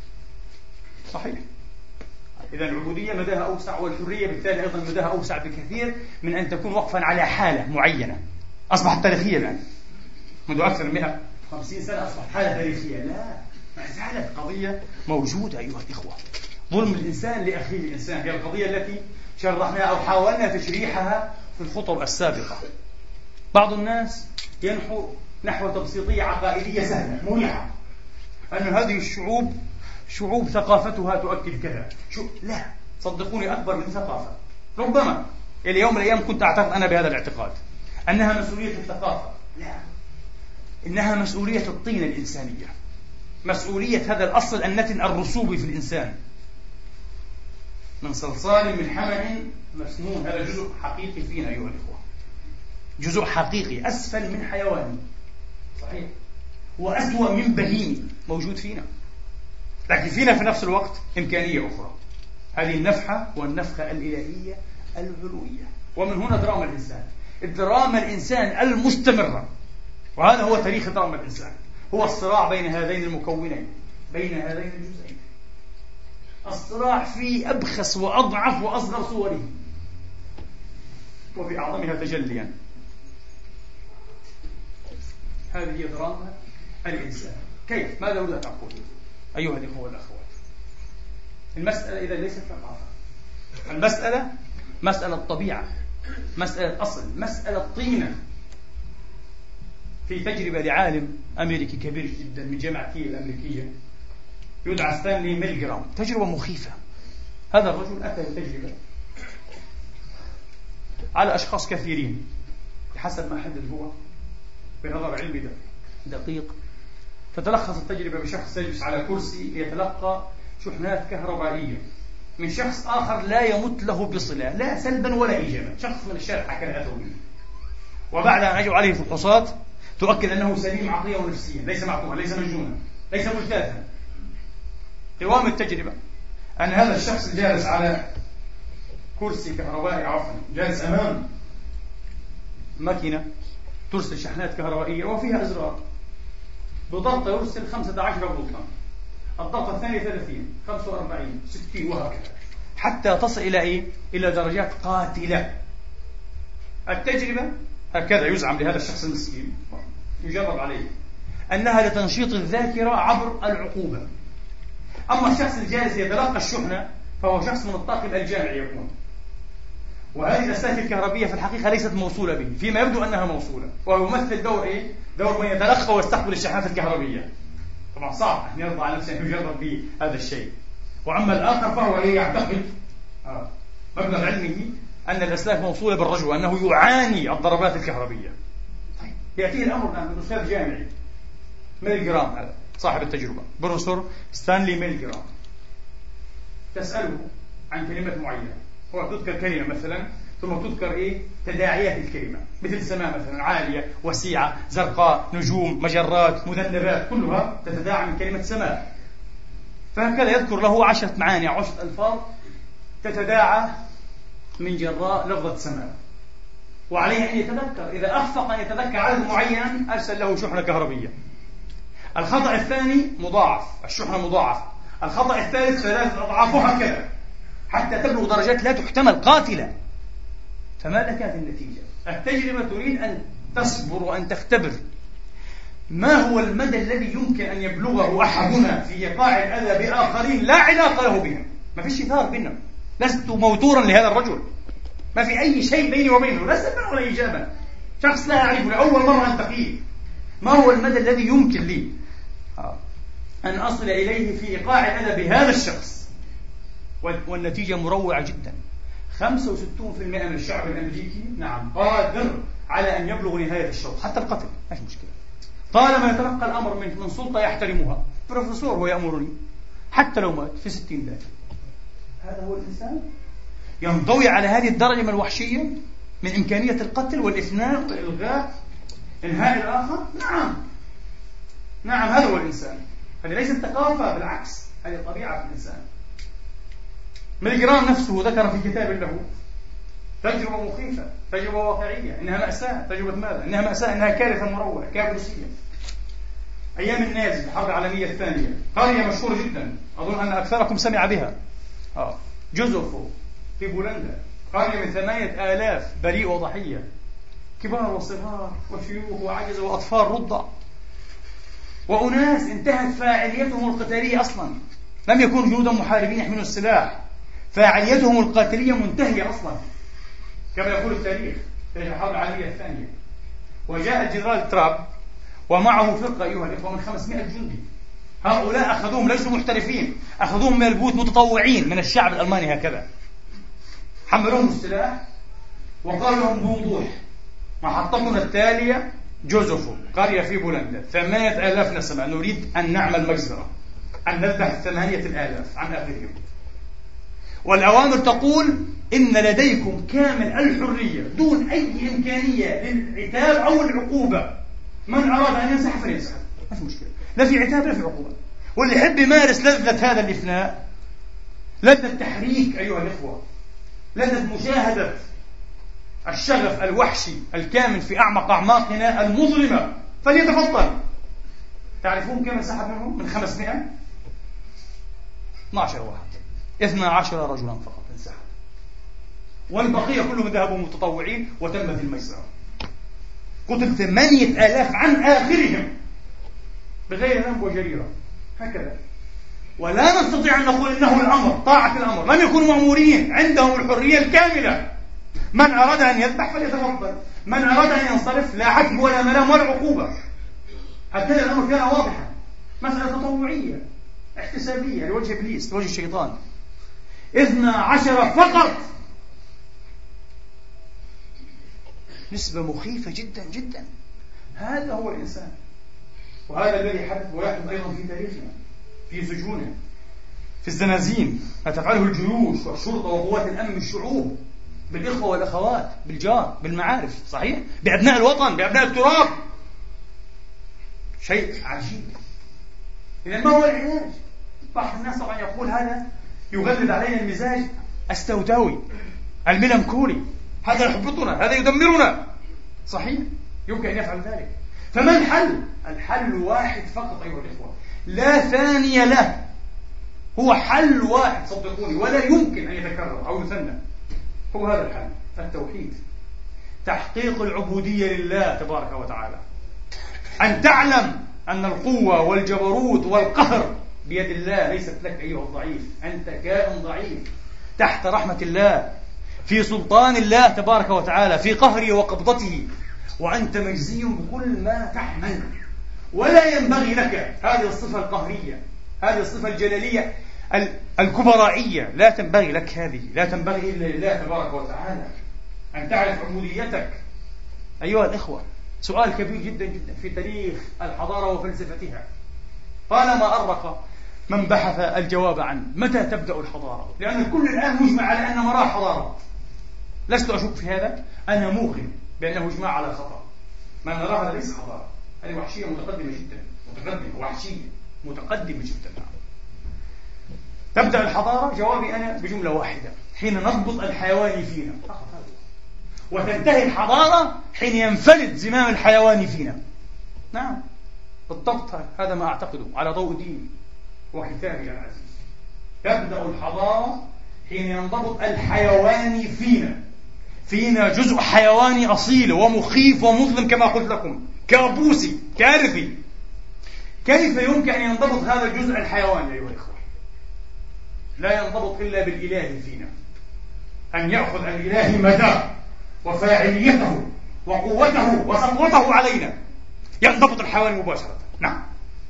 صحيح. إذا العبودية مداها أوسع، والحرية بالتالي أيضا مداها أوسع بكثير من أن تكون وقفا على حالة معينة أصبحت تاريخية الآن. منذ أكثر من 150 سنة أصبحت حالة تاريخية. لا، ما زالت قضية موجودة أيها الإخوة. ظلم الإنسان لأخيه الإنسان هي القضية التي شرحناها أو حاولنا تشريحها في الخطب السابقة. بعض الناس ينحو نحو تبسيطية عقائدية سهلة مريحة، أن هذه الشعوب شعوب ثقافتها تؤكد كذا. لا، صدقوني، أكبر من ثقافة. ربما اليوم من الأيام كنت أعتقد أنا بهذا الاعتقاد أنها مسؤولية الثقافة. لا، إنها مسؤولية الطينة الإنسانية. مسؤولية هذا الأصل النتن الرسوبي في الإنسان. من صلصال من حمأ مسنون، هذا جزء حقيقي فينا أيها الإخوة، جزء حقيقي أسفل من حيواني، صحيح، وأسوأ من بهيمي موجود فينا، لكن فينا في نفس الوقت إمكانية أخرى، هذه النفحة والنفخة الإلهية العلوية. ومن هنا دراما الإنسان، دراما الإنسان المستمرة، وهذا هو تاريخ دراما الإنسان، هو الصراع بين هذين المكونين، بين هذين الجزئين، الصراع في أبخس وأضعف وأصغر صوره، وفي أعظمها تجليا. هذه هي دراما الإنسان. كيف؟ ماذا أريد أن أقول أيها الإخوة والأخوات؟ المسألة إذا ليست ثقافة، المسألة مسألة طبيعة، مسألة أصل، مسألة طينة. في تجربة لعالم أمريكي كبير جدا من جامعة كيل الأمريكية يدعى ستانلي ميلغرام، تجربة مخيفة. هذا الرجل أتى بتجربة على أشخاص كثيرين بحسب ما حدد هو بنظر علمي دقيق. تتلخص التجربة بشخص يجلس على كرسي يتلقى شحنات كهربائية من شخص آخر لا يمت له بصلة، لا سلبا ولا إيجابا، شخص من الشارع حكى أثوي، وبعد أن أجوا عليه فحوصات تؤكد أنه سليم عقليا ونفسيا، ليس معقولا، ليس مجنونا، ليس مجتاثا. قوام التجربة أن هذا الشخص جالس على كرسي كهربائي، جالس أمام ماكينة ترسل شحنات كهربائية وفيها أزرار، بضغط يرسل 15 فولتا، الضغط الثاني 30 45 60 وهكذا، حتى تصل إلى إيه؟ إلى درجات قاتلة. التجربة هكذا يزعم لهذا الشخص المسكين، يجرب عليه أنها لتنشيط الذاكرة عبر العقوبة. أما الشخص الجالس يتلقى الشحنة فهو شخص من الطاقم الجامعي يكون، وهذه الأسلاك الكهربية في الحقيقة ليست موصولة به، فيما يبدو أنها موصولة، وهو يمثل دور إيه؟ دور من يتلقى ويستقبل الشحنات الكهربية. طبعا صعب أن يرضى على نفسه أن يجرب بهذا الشيء. وأما الآخر فهو يعتقد مبلغ علمه أن الأسلاك موصولة بالرجل وأنه يعاني الضربات الكهربية. طيب يأتيه الأمر الآن من أستاذ جامعي ميلغرام، هذا صاحب التجربة، بروفيسور ستانلي ميلغرام، تسأله عن كلمة معينة، هو تذكر كلمة مثلا ثم تذكر إيه؟ تداعيات الكلمة، مثل سماء مثلا عالية وسيعة زرقاء نجوم مجرات مذنبات، كلها تتداعى من كلمة سماء. فهكذا يذكر له 10 معاني 10 ألفاظ تتداعى من جراء لفظة سماء، وعليه أن يتذكر، إذا أخفق أن يتذكر عدد معين أرسل له شحنة كهربية. الخطأ الثاني مضاعف، الشحنة مضاعفة. الخطأ الثالث 3 أضعاف وهكذا حتى تبلغ درجات لا تحتمل قاتلة. فماذا كانت النتيجة؟ التجربة تريد أن تصبر وأن تختبر ما هو المدى الذي يمكن أن يبلغه أحدنا في إيقاع الأذى بآخرين لا علاقة له بهم. ما فيش شثار بيننا، لست موتورا لهذا الرجل، ما في أي شيء بيني وبينه، لا سلبا ولا إيجابا، شخص لا أعرفه لأول مرة ألتقيه. ما هو المدى الذي يمكن لي أن أصل إليه في إيقاع الأذى بهذا الشخص؟ والنتيجة مروعة جدا. 65% من الشعب الأمريكي نعم قادر على أن يبلغ نهاية الشوط، حتى القتل ما في مشكلة، طالما يتلقى الأمر من سلطة يحترمها. بروفيسور هو يأمرني حتى لو مات في 60 دقيقة. هذا هو الإنسان ينضوي على هذه الدرجة من الوحشية، من إمكانية القتل والإفناء والإلغاء، إنهاء الآخر. نعم هذا هو الإنسان. هذه ليست ثقافة، بالعكس هذه طبيعة في الإنسان. ميلغرام نفسه ذكر في كتاب له تجربة مخيفة، تجربة واقعية، إنها مأساة. تجربة ماذا؟ إنها مأساة، إنها كارثة مروعة، كابوسية. أيام النازي الحرب العالمية الثانية، قرية مشهورة جدا أظن أن أكثركم سمع بها، جوزوفو في بولندا، قرية من 8000 بريء وضحية، كبار وصغار وشيوخ وعجز وأطفال رضع، وأناس انتهت فاعليتهم القتالية أصلا، لم يكونوا جنودا محاربين يحملون السلاح، فاعليتهم القاتلية منتهية أصلا كما يقول التاريخ في الحرب العالمية الثانية. وجاء الجنرال تراب ومعه فرقة أيها الإخوة من 500 جندي، هؤلاء أخذوهم ليسوا محترفين، أخذوهم من البيوت متطوعين من الشعب الألماني، هكذا حملوهم السلاح وقالوا لهم بوضوح: محطتنا التالية جوزوفو، قرية في بولندا، 8,000 نسمة، نريد أن نعمل مجزرة، أن نذبح 8,000 عن آخرهم، والأوامر تقول إن لديكم كامل الحرية دون أي إمكانية للعتاب أو العقوبة. من أراد أن ينسحب فلينسحب، ما في مشكلة، لا في عتاب لا في عقوبة. واللي يحب يمارس لذة هذا الإفناء، لذة التحريك أيها الإخوة، لذة مشاهدة الشغف الوحشي الكامن في أعمق أعماقنا المظلمة، فليتفضل. تعرفون كم انسحب منهم؟ من 500 12 واحد، 12 رجلا فقط انسحب، والبقية كلهم ذهبوا متطوعين وتمت المجزرة. قتل 8,000 عن آخرهم بغير ذنب وجريرة، هكذا. ولا نستطيع أن نقول إنه الأمر طاعة الأمر، لم يكونوا مأمورين، عندهم الحرية الكاملة. من أراد أن يذبح فليتفضل، من أراد أن ينصرف لا عتب ولا ملام ولا عقوبة. هكذا الأمر كان واضحا، مسألة تطوعية احتسابية لوجه إبليس، لوجه الشيطان. 12 فقط، نسبة مخيفة جدا جدا. هذا هو الإنسان، وهذا الذي حدث ويحدث أيضا في تاريخنا، في سجونه، في الزنازين، ما تفعله الجيوش والشرطة وقوات الأمن بالشعوب، بالإخوة والأخوات، بالجار، بالمعارف، صحيح؟ بأبناء الوطن، بأبناء التراب. شيء عجيب. إذن ما هو العلاج؟ بعض الناس طبعا يقول هذا يغلب علينا المزاج الستوتاوي الميلانكولي، هذا يحبطنا، هذا يدمرنا. صحيح؟ يمكن أن يفعل ذلك. فما الحل؟ الحل واحد فقط أيها الإخوة، لا ثاني له، هو حل واحد صدقوني، ولا يمكن أن يتكرر أو يثنى. هو هذا الحل، التوحيد، تحقيق العبودية لله تبارك وتعالى، أن تعلم أن القوة والجبروت والقهر بيد الله، ليست لك أيها الضعيف، أنت كائن ضعيف تحت رحمة الله، في سلطان الله تبارك وتعالى، في قهره وقبضته، وأنت مجزي بكل ما تحمل. ولا ينبغي لك هذه الصفة القهرية، هذه الصفة الجلالية الكبرائية، لا تنبغي لك هذه، لا تنبغي إلا لله تبارك وتعالى، أن تعرف عبوديتك. أيها الإخوة، سؤال كبير جدا جدا في تاريخ الحضارة وفلسفتها، طالما أرق من بحث الجواب عنه. متى تبدأ الحضارة؟ لأن الكل الآن مجمع على أن وراء حضارة، لست أشك في هذا، أنا موقن بأنه إجماع على خطأ. ما نراه ليس حضارة، هذه وحشية متقدمة جدا، متقدمة وحشية متقدمة جدا. تبدأ الحضارة، جوابي أنا بجملة واحدة، حين نضبط الحيوان فينا، وتنتهي الحضارة حين ينفلت زمام الحيوان فينا. نعم بالضبط، هذا ما أعتقده على ضوء ديني وكتابي العزيز. تبدأ الحضارة حين ينضبط الحيوان فينا جزء حيواني أصيل ومخيف ومظلم كما قلت لكم، كابوسي كارثي. كيف يمكن أن ينضبط هذا الجزء الحيواني أيها الإخوة؟ لا ينضبط إلا بالإله فينا، أن يأخذ الإله مداه وفاعليته وقوته وسطوته علينا، ينضبط الحيوان مباشرة. نعم،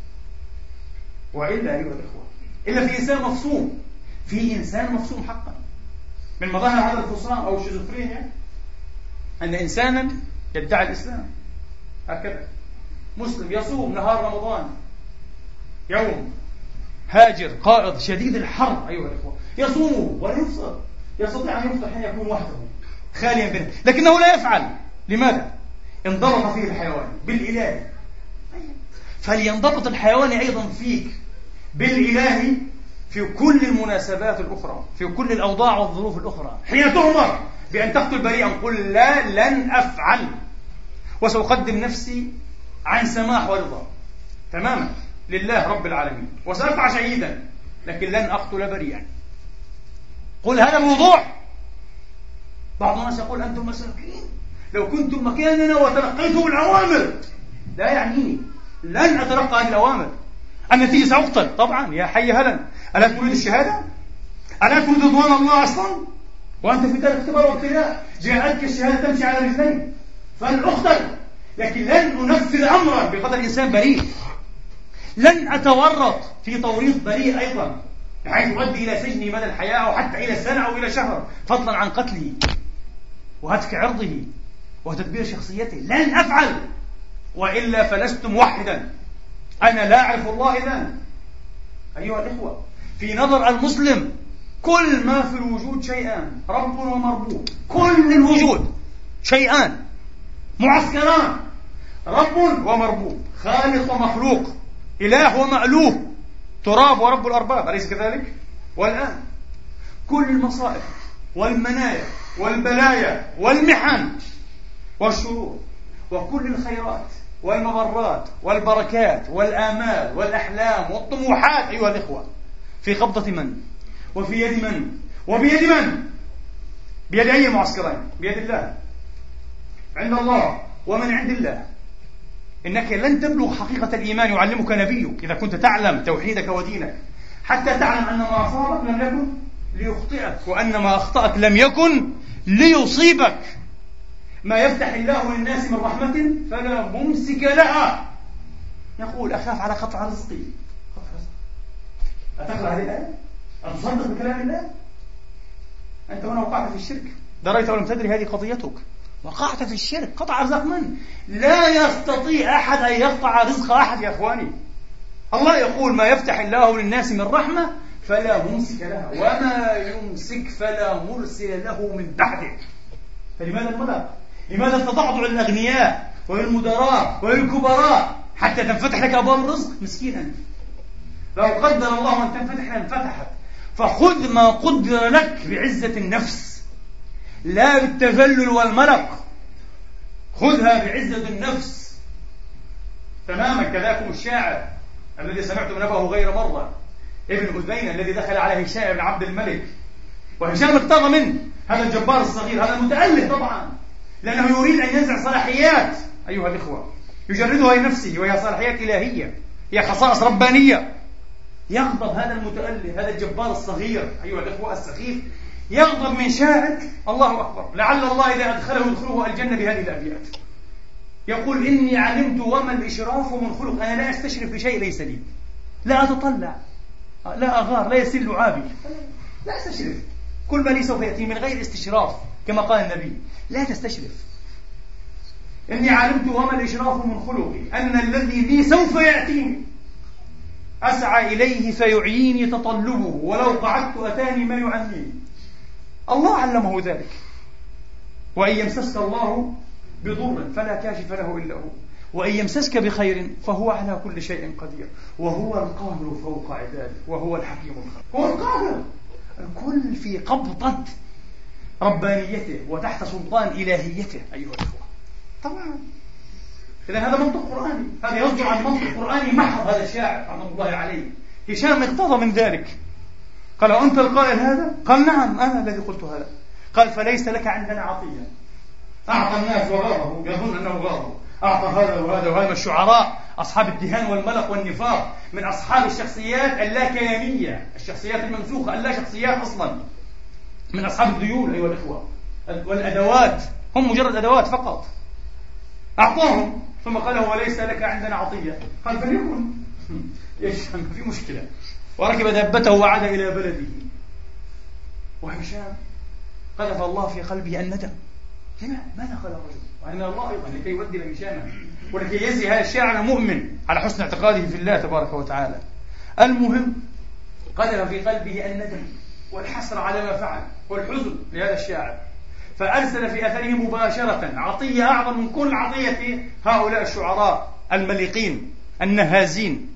وإلا أيها الإخوة، إلا في إنسان مفصوم، في إنسان مفصوم حقا. من مظاهر هذا الفصام أو الشيزوفرينيا أن إنسانا يدعي الإسلام، هكذا مسلم يصوم نهار رمضان يوم، هاجر قائد شديد الحر أيها الإخوة، يصومه ولا يفطر، يستطيع أن يفطر حين يكون وحده خاليا بينه، لكنه لا يفعل. لماذا؟ انضبط فيه الحيوان بالإله. فلينضبط الحيوان أيضا فيك بالإله في كل المناسبات الأخرى، في كل الأوضاع والظروف الأخرى. حين تؤمر بأن تقتل بريئا قل لا، لن أفعل، وسأقدم نفسي عن سماح ورضا تماما لله رب العالمين، وسأقع شهيدا، لكن لن أقتل بريئا. قل هذا بوضوح. بعض الناس يقول أنتم مساكين، لو كنتم مكاننا وتلقيتم الأوامر. لا يعنيني، لن أتلقى هذه الأوامر، النتيجة سأقتل طبعا. يا حي هلا، ألا تريد الشهادة؟ ألا تريد رضوان الله أصلا؟ وأنت في دار اختبار وابتلاء، جاءتك الشهادة تمشي على رجلين، فلأقتل، لكن لن أنفذ أمرا بقدر إنسان بريء، لن أتورط في توريط بريء أيضا بحيث يؤدي إلى سجنه مدى الحياة أو حتى إلى سنة أو إلى شهر، فضلا عن قتله وهتك عرضه وتدبير شخصيته. لن أفعل. وإلا فلست موحدا. أنا لا أعرف الله إذن. أيها الإخوة، في نظر المسلم كل ما في الوجود شيئان، رب ومربوب. كل الوجود شيئان معسكران، رب ومربوب، خالق ومخلوق، إله ومألوه، تراب ورب الأرباب، أليس كذلك؟ والآن كل المصائب والمنايا والبلايا والمحن والشرور وكل الخيرات والمضرات والبركات والآمال والأحلام والطموحات أيها الإخوة في قبضة من؟ وفي يد من؟ وبيد من؟ بيد أي معسكرين؟ بيد الله، عند الله ومن عند الله. إنك لن تبلغ حقيقة الإيمان يعلمك نبيك إذا كنت تعلم توحيدك ودينك، حتى تعلم أن ما أصابك لم يكن ليخطئك، وأن ما أخطأك لم يكن ليصيبك. ما يفتح الله للناس من رحمة فلا ممسك لها. يقول أخاف على قطع رزقي. قطع رزق، أتقرأ هذه الآية؟ أتصدق بكلام الله؟ أنت هنا وقعت في الشرك، دريت ولم تدري هذه قضيتك، وقعت في الشرك. قطع رزق من؟ لا يستطيع أحد أن يقطع رزق أحد يا أخواني. الله يقول ما يفتح الله للناس من رحمة فلا ممسك لها، وما يمسك فلا مرسل له من بعده. فلماذا الملك؟ لماذا التضعضع للأغنياء وللمدراء وللكبراء حتى تنفتح لك أبواب الرزق؟ مسكين أنت. لو قدر الله أن تنفتح لانفتحت. فخذ ما قدر لك بعزة النفس، لا بالتذلل والملق، خذها بعزة النفس تماما. كذاكم الشاعر الذي سمعت نبأه غير مرة، ابن أذين الذي دخل على هشام بن عبد الملك، وهشام اقتضى منه هذا الجبار الصغير، هذا المتأله طبعا، لأنه يريد أن ينزع صلاحيات أيها الإخوة يجردها لنفسه، وهي صلاحيات إلهية، هي خصائص ربانية. يغضب هذا المتأله، هذا الجبار الصغير أيها الإخوة السخيف، يغضب من شاعر. الله أكبر، لعل الله إذا أدخله يدخله الجنة بهذه الأبيات. يقول إني علمت وما الإشراف من خلق. أنا لا أستشرف بشيء ليس لي، لا أتطلع، لا أغار، لا يسل لعابي، لا أستشرف. كل ما لي سوف يأتي من غير استشراف، كما قال النبي لا تستشرف. إني علمت وما الإشراف من خلقي أن الذي لي سوف يأتيني أسعى إليه فيعيني تطلبه، ولو قعدت أتاني ما يعنيني. الله علمه ذلك. وإن يمسسك الله بضر فلا كاشف له إلا هو، وإن يمسسك بخير فهو على كل شيء قدير، وهو القاهر فوق عباده، وهو الحكيم الخبير. هو القاهر، الكل في قبضة ربانيته وتحت سلطان إلهيته أيها الأخوة. طبعا إذا هذا منطق قرآني، هذا يصدر عن منطق قرآني محض. هذا الشاعر رحمة الله عليه هشام اقتضى من ذلك. قال أنت القائل هذا؟ قال نعم أنا الذي قلت هذا. قال فليس لك عندنا عطية. أعطى الناس وغاره، يظن أنه غاره، أعطى هذا وهذا وهذا. الشعراء أصحاب الدهان والملق والنفاق، من أصحاب الشخصيات اللاكيانية، الشخصيات الممسوخة، اللا شخصيات أصلا، من أصحاب الذيول أيها الإخوة والأدوات، هم مجرد أدوات فقط. أعطاهم ثم قال وليس لك عندنا عطية. قال فليكن يشهم في مشكلة، وركب دابته وعاد إلى بلده. وهشام قذف الله في قلبه الندم. ماذا قال الرجل؟ وأن الله أيضا لكي يودل هشاما ولكي يزي هذا الشاعر المؤمن على حسن اعتقاده في الله تبارك وتعالى. المهم قذف في قلبه الندم والحسرة على ما فعل والحزن لهذا الشاعر، فأرسل في أثره مباشرة عطية أعظم من كل عطية هؤلاء الشعراء المليقين النهازين،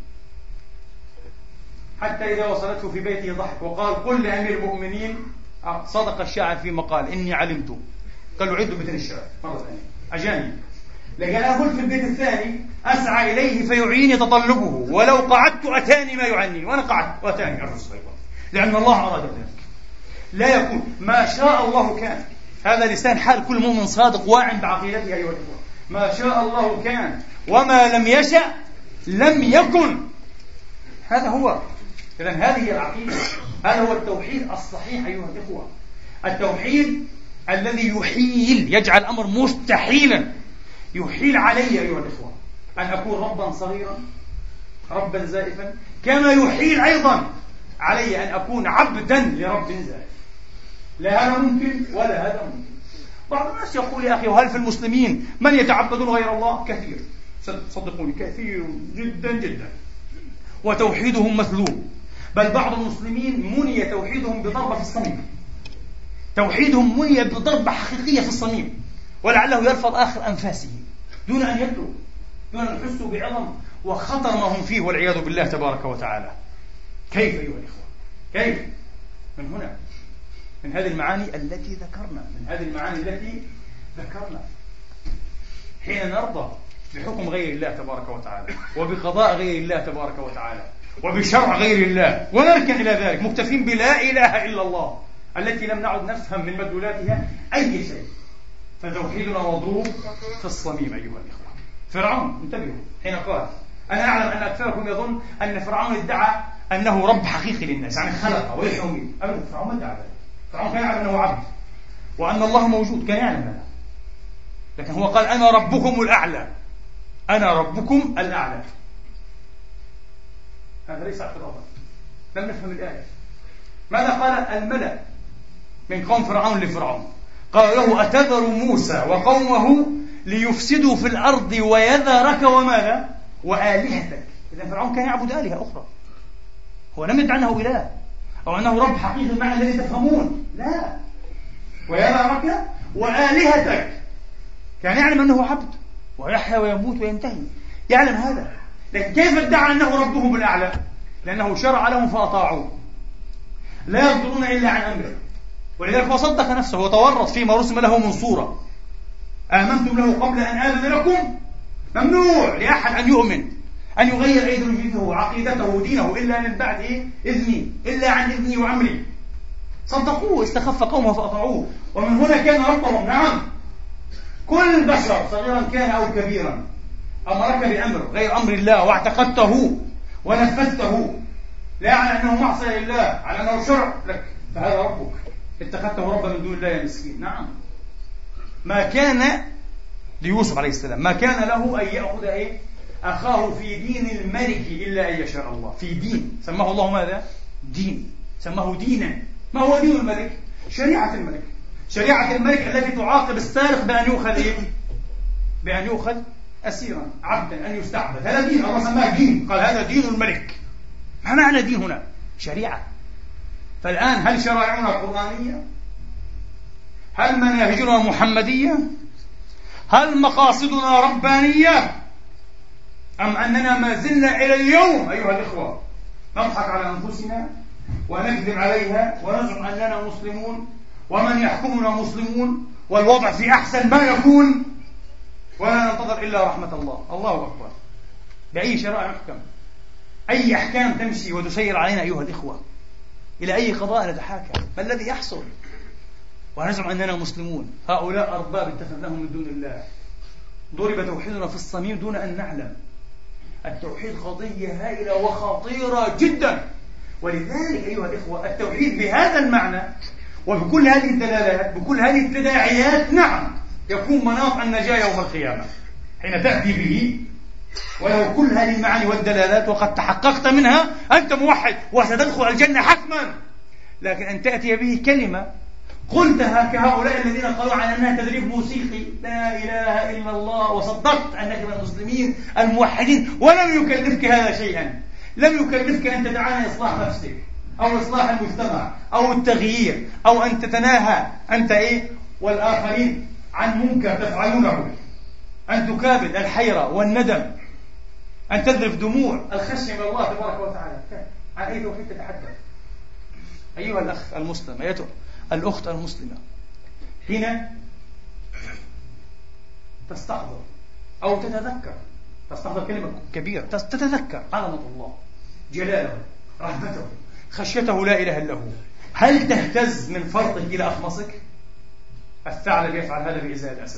حتى إذا وصلته في بيته ضحك وقال قل لأمير المؤمنين صدق الشاعر فيما قال إني علمت. قال له عدوا مثل الشعر مرة ثانية أجانب. لكن أقول في البيت الثاني أسعى إليه فيعيني تطلبه، ولو قعدت أتاني ما يعنيني. وأنا قعدت وأتاني الرزق، لأن الله أراد ذلك. لا يكون ما شاء الله كان. هذا لسان حال كل مؤمن صادق واعٍ بعقيدته أيها الأخوة. ما شاء الله كان، وما لم يشأ لم يكن. هذا هو. إذن هذه العقيدة، هذا هو التوحيد الصحيح أيها الأخوة. التوحيد الذي يحيل، يجعل الأمر مستحيلا، يحيل علي أيها الأخوة أن أكون ربا صغيرا، ربا زائفا، كما يحيل أيضا علي أن أكون عبدا لرب زائف. لا هذا ممكن ولا هذا ممكن. بعض الناس يقول يا أخي وهل في المسلمين من يتعبدون غير الله؟ كثير. صدقوني كثير جدا جدا، وتوحيدهم مثلوب، بل بعض المسلمين مني توحيدهم بضربة في الصميم، توحيدهم مني بضربة حقيقية في الصميم، ولعله يلفظ آخر أنفاسه دون أن يبدو، دون أن يحسوا بعظم وخطر ما هم فيه والعياذ بالله تبارك وتعالى. كيف أيها الإخوة؟ كيف؟ من هنا، من هذه المعاني التي ذكرنا، حين نرضى بحكم غير الله تبارك وتعالى، وبقضاء غير الله تبارك وتعالى، وبشرع غير الله، ونركن إلى ذلك مكتفين بلا إله إلا الله التي لم نعد نفهم من مدلولاتها أي شيء، فتوحيدنا مضروب في الصميم أيها الإخوة. فرعون، انتبهوا، حين قال أنا أعلم أن أكثركم يظن أن فرعون ادعى أنه رب حقيقي للناس، يعني خلق ويحيي. أبدا، فرعون ما ادعى ذلك. فرعون كان يعلم أنه عبد وأن الله موجود، كان يعلم هذا، لكن هو قال أنا ربكم الأعلى، أنا ربكم الأعلى. هذا ليس اعتراضا، لم نفهم الآية. ماذا قال الملأ من قوم فرعون لفرعون؟ قال له أتذر موسى وقومه ليفسدوا في الأرض ويذرك وماذا؟ وآلهتك. إذن فرعون كان يعبد آلهة أخرى، هو لم يدع أنه إله أو أنه رب حقيقي المعنى الذي تفهمون، لا، ويذرك وآلهتك. كان يعلم أنه عبد ويحيا ويموت وينتهي، يعلم هذا، لكن كيف ادعى أنه ربهم الأعلى؟ لأنه شرع لهم فأطاعوه، لا يصدرون إلا عن أمره، ولذلك هو صدق نفسه وتورط فيما رسم له من صورة. آمنتم له قبل أن آذن لكم؟ ممنوع لأحد أن يؤمن، أن يغير أيديولوجيته عقيدته ودينه إلا من بعد إذني، إلا عن إذني وأمري. صدقوه، استخف قومه فأطاعوه، ومن هنا كان ربهم. نعم، كل بشر صغيرا كان أو كبيرا أمرك بأمر غير أمر الله واعتقدته ونفذته، لا على أنه معصية لله، على أنه شرع لك، فهذا ربك، اتخذته ربا من دون الله يا مسكين. نعم، ما كان ليوسف عليه السلام، ما كان له أن يأخذ أخاه في دين الملك إلا أن يشاء الله. في دين سماه الله ماذا؟ دين، سماه دينا. ما هو دين الملك؟ شريعة الملك، شريعة الملك التي تعاقب السارق بأن يؤخذ أسيرا، عبدا، أن يستعبد. هذا دين، الله سماه دين، قال هذا دين الملك. ما معنى دين هنا؟ شريعة. فالآن هل شرائعنا قرآنية؟ هل مناهجنا محمدية؟ هل مقاصدنا ربانية؟ أم أننا ما زلنا إلى اليوم أيها الإخوة نضحك على أنفسنا ونكذب عليها ونزعم أننا مسلمون ومن يحكمنا مسلمون والوضع في أحسن ما يكون ولا ننتظر إلا رحمة الله؟ الله أكبر. بأي شرائع نحكم؟ أي أحكام تمشي وتسير علينا أيها الإخوة؟ إلى أي قضاء نتحاكم؟ ما الذي يحصل؟ ونزعم أننا مسلمون. هؤلاء أرباب اتخذناهم من دون الله. ضرب توحيدنا في الصميم دون أن نعلم. التوحيد قضية هائلة وخطيرة جدا، ولذلك أيها الإخوة التوحيد بهذا المعنى وبكل هذه الدلالات، بكل هذه التداعيات، نعم يكون مناط النجاة يوم القيامة حين تأتي به وله كل هذه المعاني والدلالات وقد تحققت منها أنت موحد وستدخل الجنة حتما. لكن أن تأتي به كلمة قلتها كهؤلاء الذين قالوا عن أنها تدريب موسيقي، لا إله إلا الله، وصدقت أنك من المسلمين الموحدين، ولم يكلفك هذا شيئا، لم يكلفك أن تدعى إصلاح نفسك أو إصلاح المجتمع أو التغيير أو أن تتناهى أنت والآخرين عن منكر تفعلونه، أن تكابد الحيرة والندم، أن تذرف دموع الخشية من الله تبارك وتعالى. عن أي توحيد تتحدث أيها الأخ المسلم، أيتها الأخت المسلمة؟ هنا تستحضر أو تتذكر، تستحضر كلمة كبيرة، تتذكر عظمة الله، جلاله، رحمته، خشيته، لا إله إلا هو. هل تهتز من فرطك إلى أخمصك؟ الثعلب يفعل هذا بإزاء الأسد،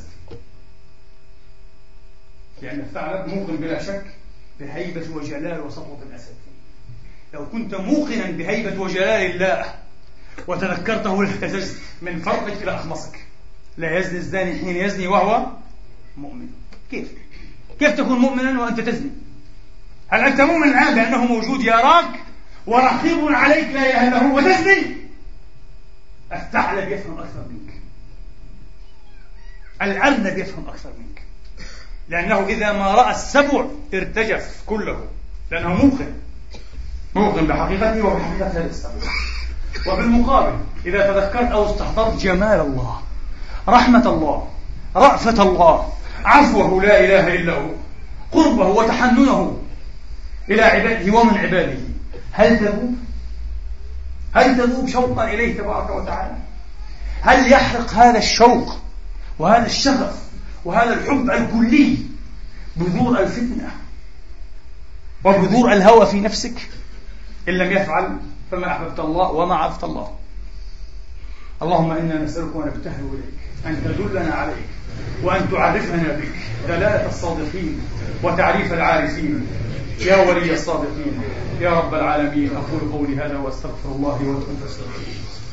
لأن الثعلب موقن بلا شك بهيبة وجلال وسطوة الأسد. لو كنت موقنا بهيبة وجلال الله وتذكرته لاهتززت من فرطك إلى أخمصك. لا يزني الزاني حين يزني وهو مؤمن. كيف تكون مؤمنا وأنت تزني؟ هل أنت مؤمن الآن بأنه موجود يراك ورقيب عليك لا إله إلا هو وتزني؟ الثعلب يفهم أكثر منك، الأرنب يفهم أكثر منك. لأنه إذا ما رأى السبع ارتجف كله، لأنه موقن بحقيقته وبحقيقة هذا السبع. وبالمقابل إذا تذكرت أو استحضرت جمال الله، رحمة الله، رأفة الله، عفوه لا إله إلا هو، قربه وتحننه إلى عباده ومن عباده، هل تذوب شوقا إليه تبارك وتعالى؟ هل يحرق هذا الشوق وهذا الشغف وهذا الحب الكلي بذور الفتنة وبذور الهوى في نفسك؟ إن لم يفعل فما أحببت الله وما عرفت الله. اللهم إنا نسألك ونبتهل إليك أن تدلنا عليك وأن تعرفنا بك دلالة الصادقين وتعريف العارفين يا ولي الصادقين يا رب العالمين. أقول قولي هذا وأستغفر الله لي ولكم فاستغفروه.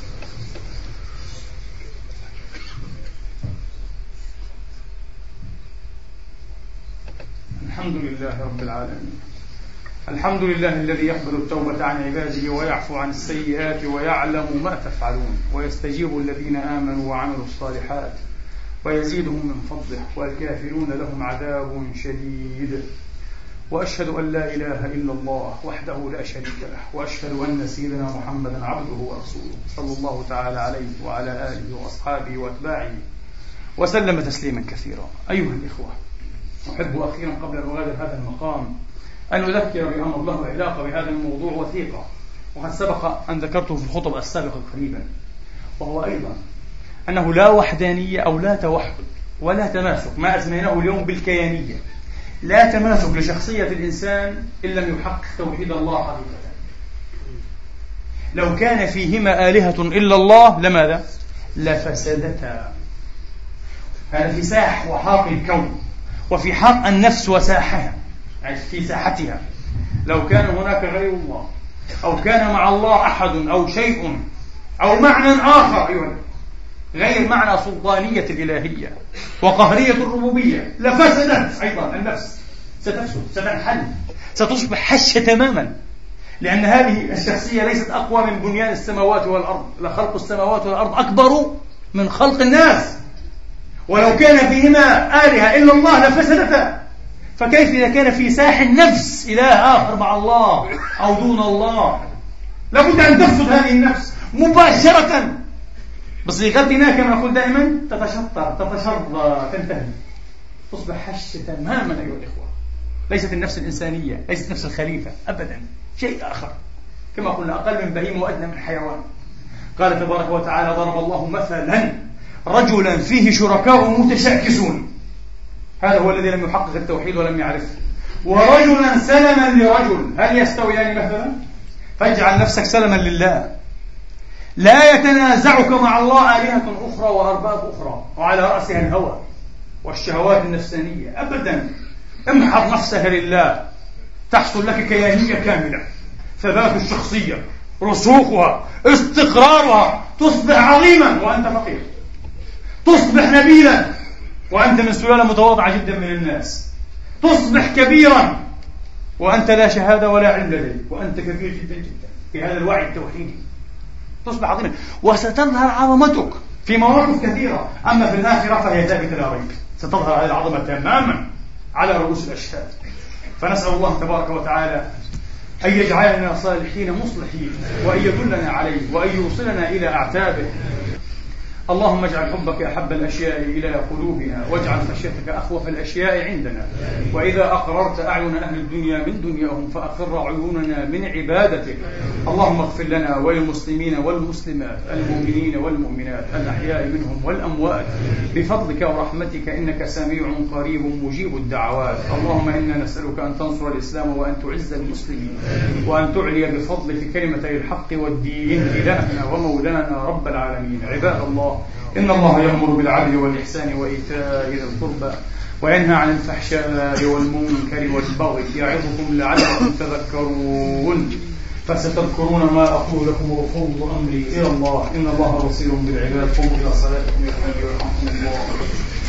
الحمد لله رب العالمين، الحمد لله الذي يقبل التوبة عن عباده ويعفو عن السيئات ويعلم ما تفعلون ويستجيب الذين آمنوا وعملوا الصالحات ويزيدهم من فضله والكافرون لهم عذاب شديد. وأشهد أن لا إله إلا الله وحده لا شريك له، وأشهد أن سيدنا محمدا عبده ورسوله صلى الله تعالى عليه وعلى آله وأصحابه وأتباعه وسلم تسليما كثيرا. أيها الإخوة، أحب أخيرا قبل أن أغادر هذا المقام أن أذكر بأمر له علاقة بهذا الموضوع وثيقة، وقد سبق أن ذكرته في الخطب السابقة قريبا، وهو أيضا أنه لا وحدانية أو لا توحد ولا تماسك، ما أسميناه اليوم بالكيانية، لا تماسك لشخصية الإنسان إن لم يحقق توحيد الله حقيقة. لو كان فيهما آلهة إلا الله لماذا؟ لفسدتا. هذا في ساح وحاق الكون، وفي حاق النفس وساحها، يعني في ساحتها. لو كان هناك غير الله أو كان مع الله أحد أو شيء أو معنى آخر أيضا غير معنى سلطانية الإلهية وقهرية الربوبية لفسدت أيضا النفس، ستفسد، ستنحل، ستصبح هشة تماما، لأن هذه الشخصية ليست أقوى من بنيان السماوات والأرض. لخلق السماوات والأرض أكبر من خلق الناس، ولو كان فيهما آلهة إلا الله لفسدتا. فكيف إذا كان في ساح النفس إله آخر مع الله أو دون الله؟ لابد أن تفسد هذه النفس مباشرة بصيغتنا كما نقول دائما، تتشطر، تتشرى، تنتهي، تصبح هشة تماما أيها الإخوة. ليست النفس الإنسانية، ليست نفس الخليفة أبدا، شيء آخر، كما قلنا أقل من بهيمة وأدنى من حيوان. قال تبارك وتعالى: ضرب الله مثلا رجلا فيه شركاء متشاكسون. هذا هو الذي لم يحقق التوحيد ولم يعرفه. ورجلا سلما لرجل، هل يستويان مثلا؟ فاجعل نفسك سلما لله. لا يتنازعك مع الله آلهة أخرى وأرباب أخرى وعلى رأسها الهوى والشهوات النفسانية أبدا. امحض نفسها لله تحصل لك كيانية كاملة، ثبات الشخصية، رسوخها، استقرارها، تصبح عظيما وأنت فقير، تصبح نبيلا وأنت من سلالة متواضعة جدا من الناس، تصبح كبيرا وأنت لا شهادة ولا علم لديك وأنت كبير جدا جدا في هذا الوعي التوحيدي، تصبح عظيما وستظهر عظمتك في مواقف كثيرة. أما في الآخرة فهي ثابتة لا ريب، ستظهر هذه العظمة تماما على رؤوس الأشهاد. فنسأل الله تبارك وتعالى أن يجعلنا صالحين مصلحين، وأن يدلنا عليه، وأن يوصلنا إلى أعتابه. اللهم اجعل حبك أحب الأشياء إلى قلوبنا، واجعل خشيتك أخوف الأشياء عندنا. وإذا أقررت أعين أهل الدنيا من دنياهم فأقر عيوننا من عبادتك. اللهم اغفر لنا وللمسلمين والمسلمات، المؤمنين والمؤمنات، الأحياء منهم والأموات، بفضلك ورحمتك، إنك سميع قريب مجيب الدعوات. اللهم إنا نسألك أن تنصر الإسلام وأن تعز المسلمين، وأن تعلي بفضلك كلمتي الحق والدين. إلهنا ومولانا رب العالمين. عباد الله، إن الله يأمر بالعدل والإحسان وإيتاء ذي القربى وينهى عن الفحشاء والمنكر والبغي، يعظكم لعلكم تذكرون. فستذكرون ما أقول لكم وأفوض أمري إلى الله، إن الله بصير بالعباد. قوموا إلى صلاتكم يرحمكم الله.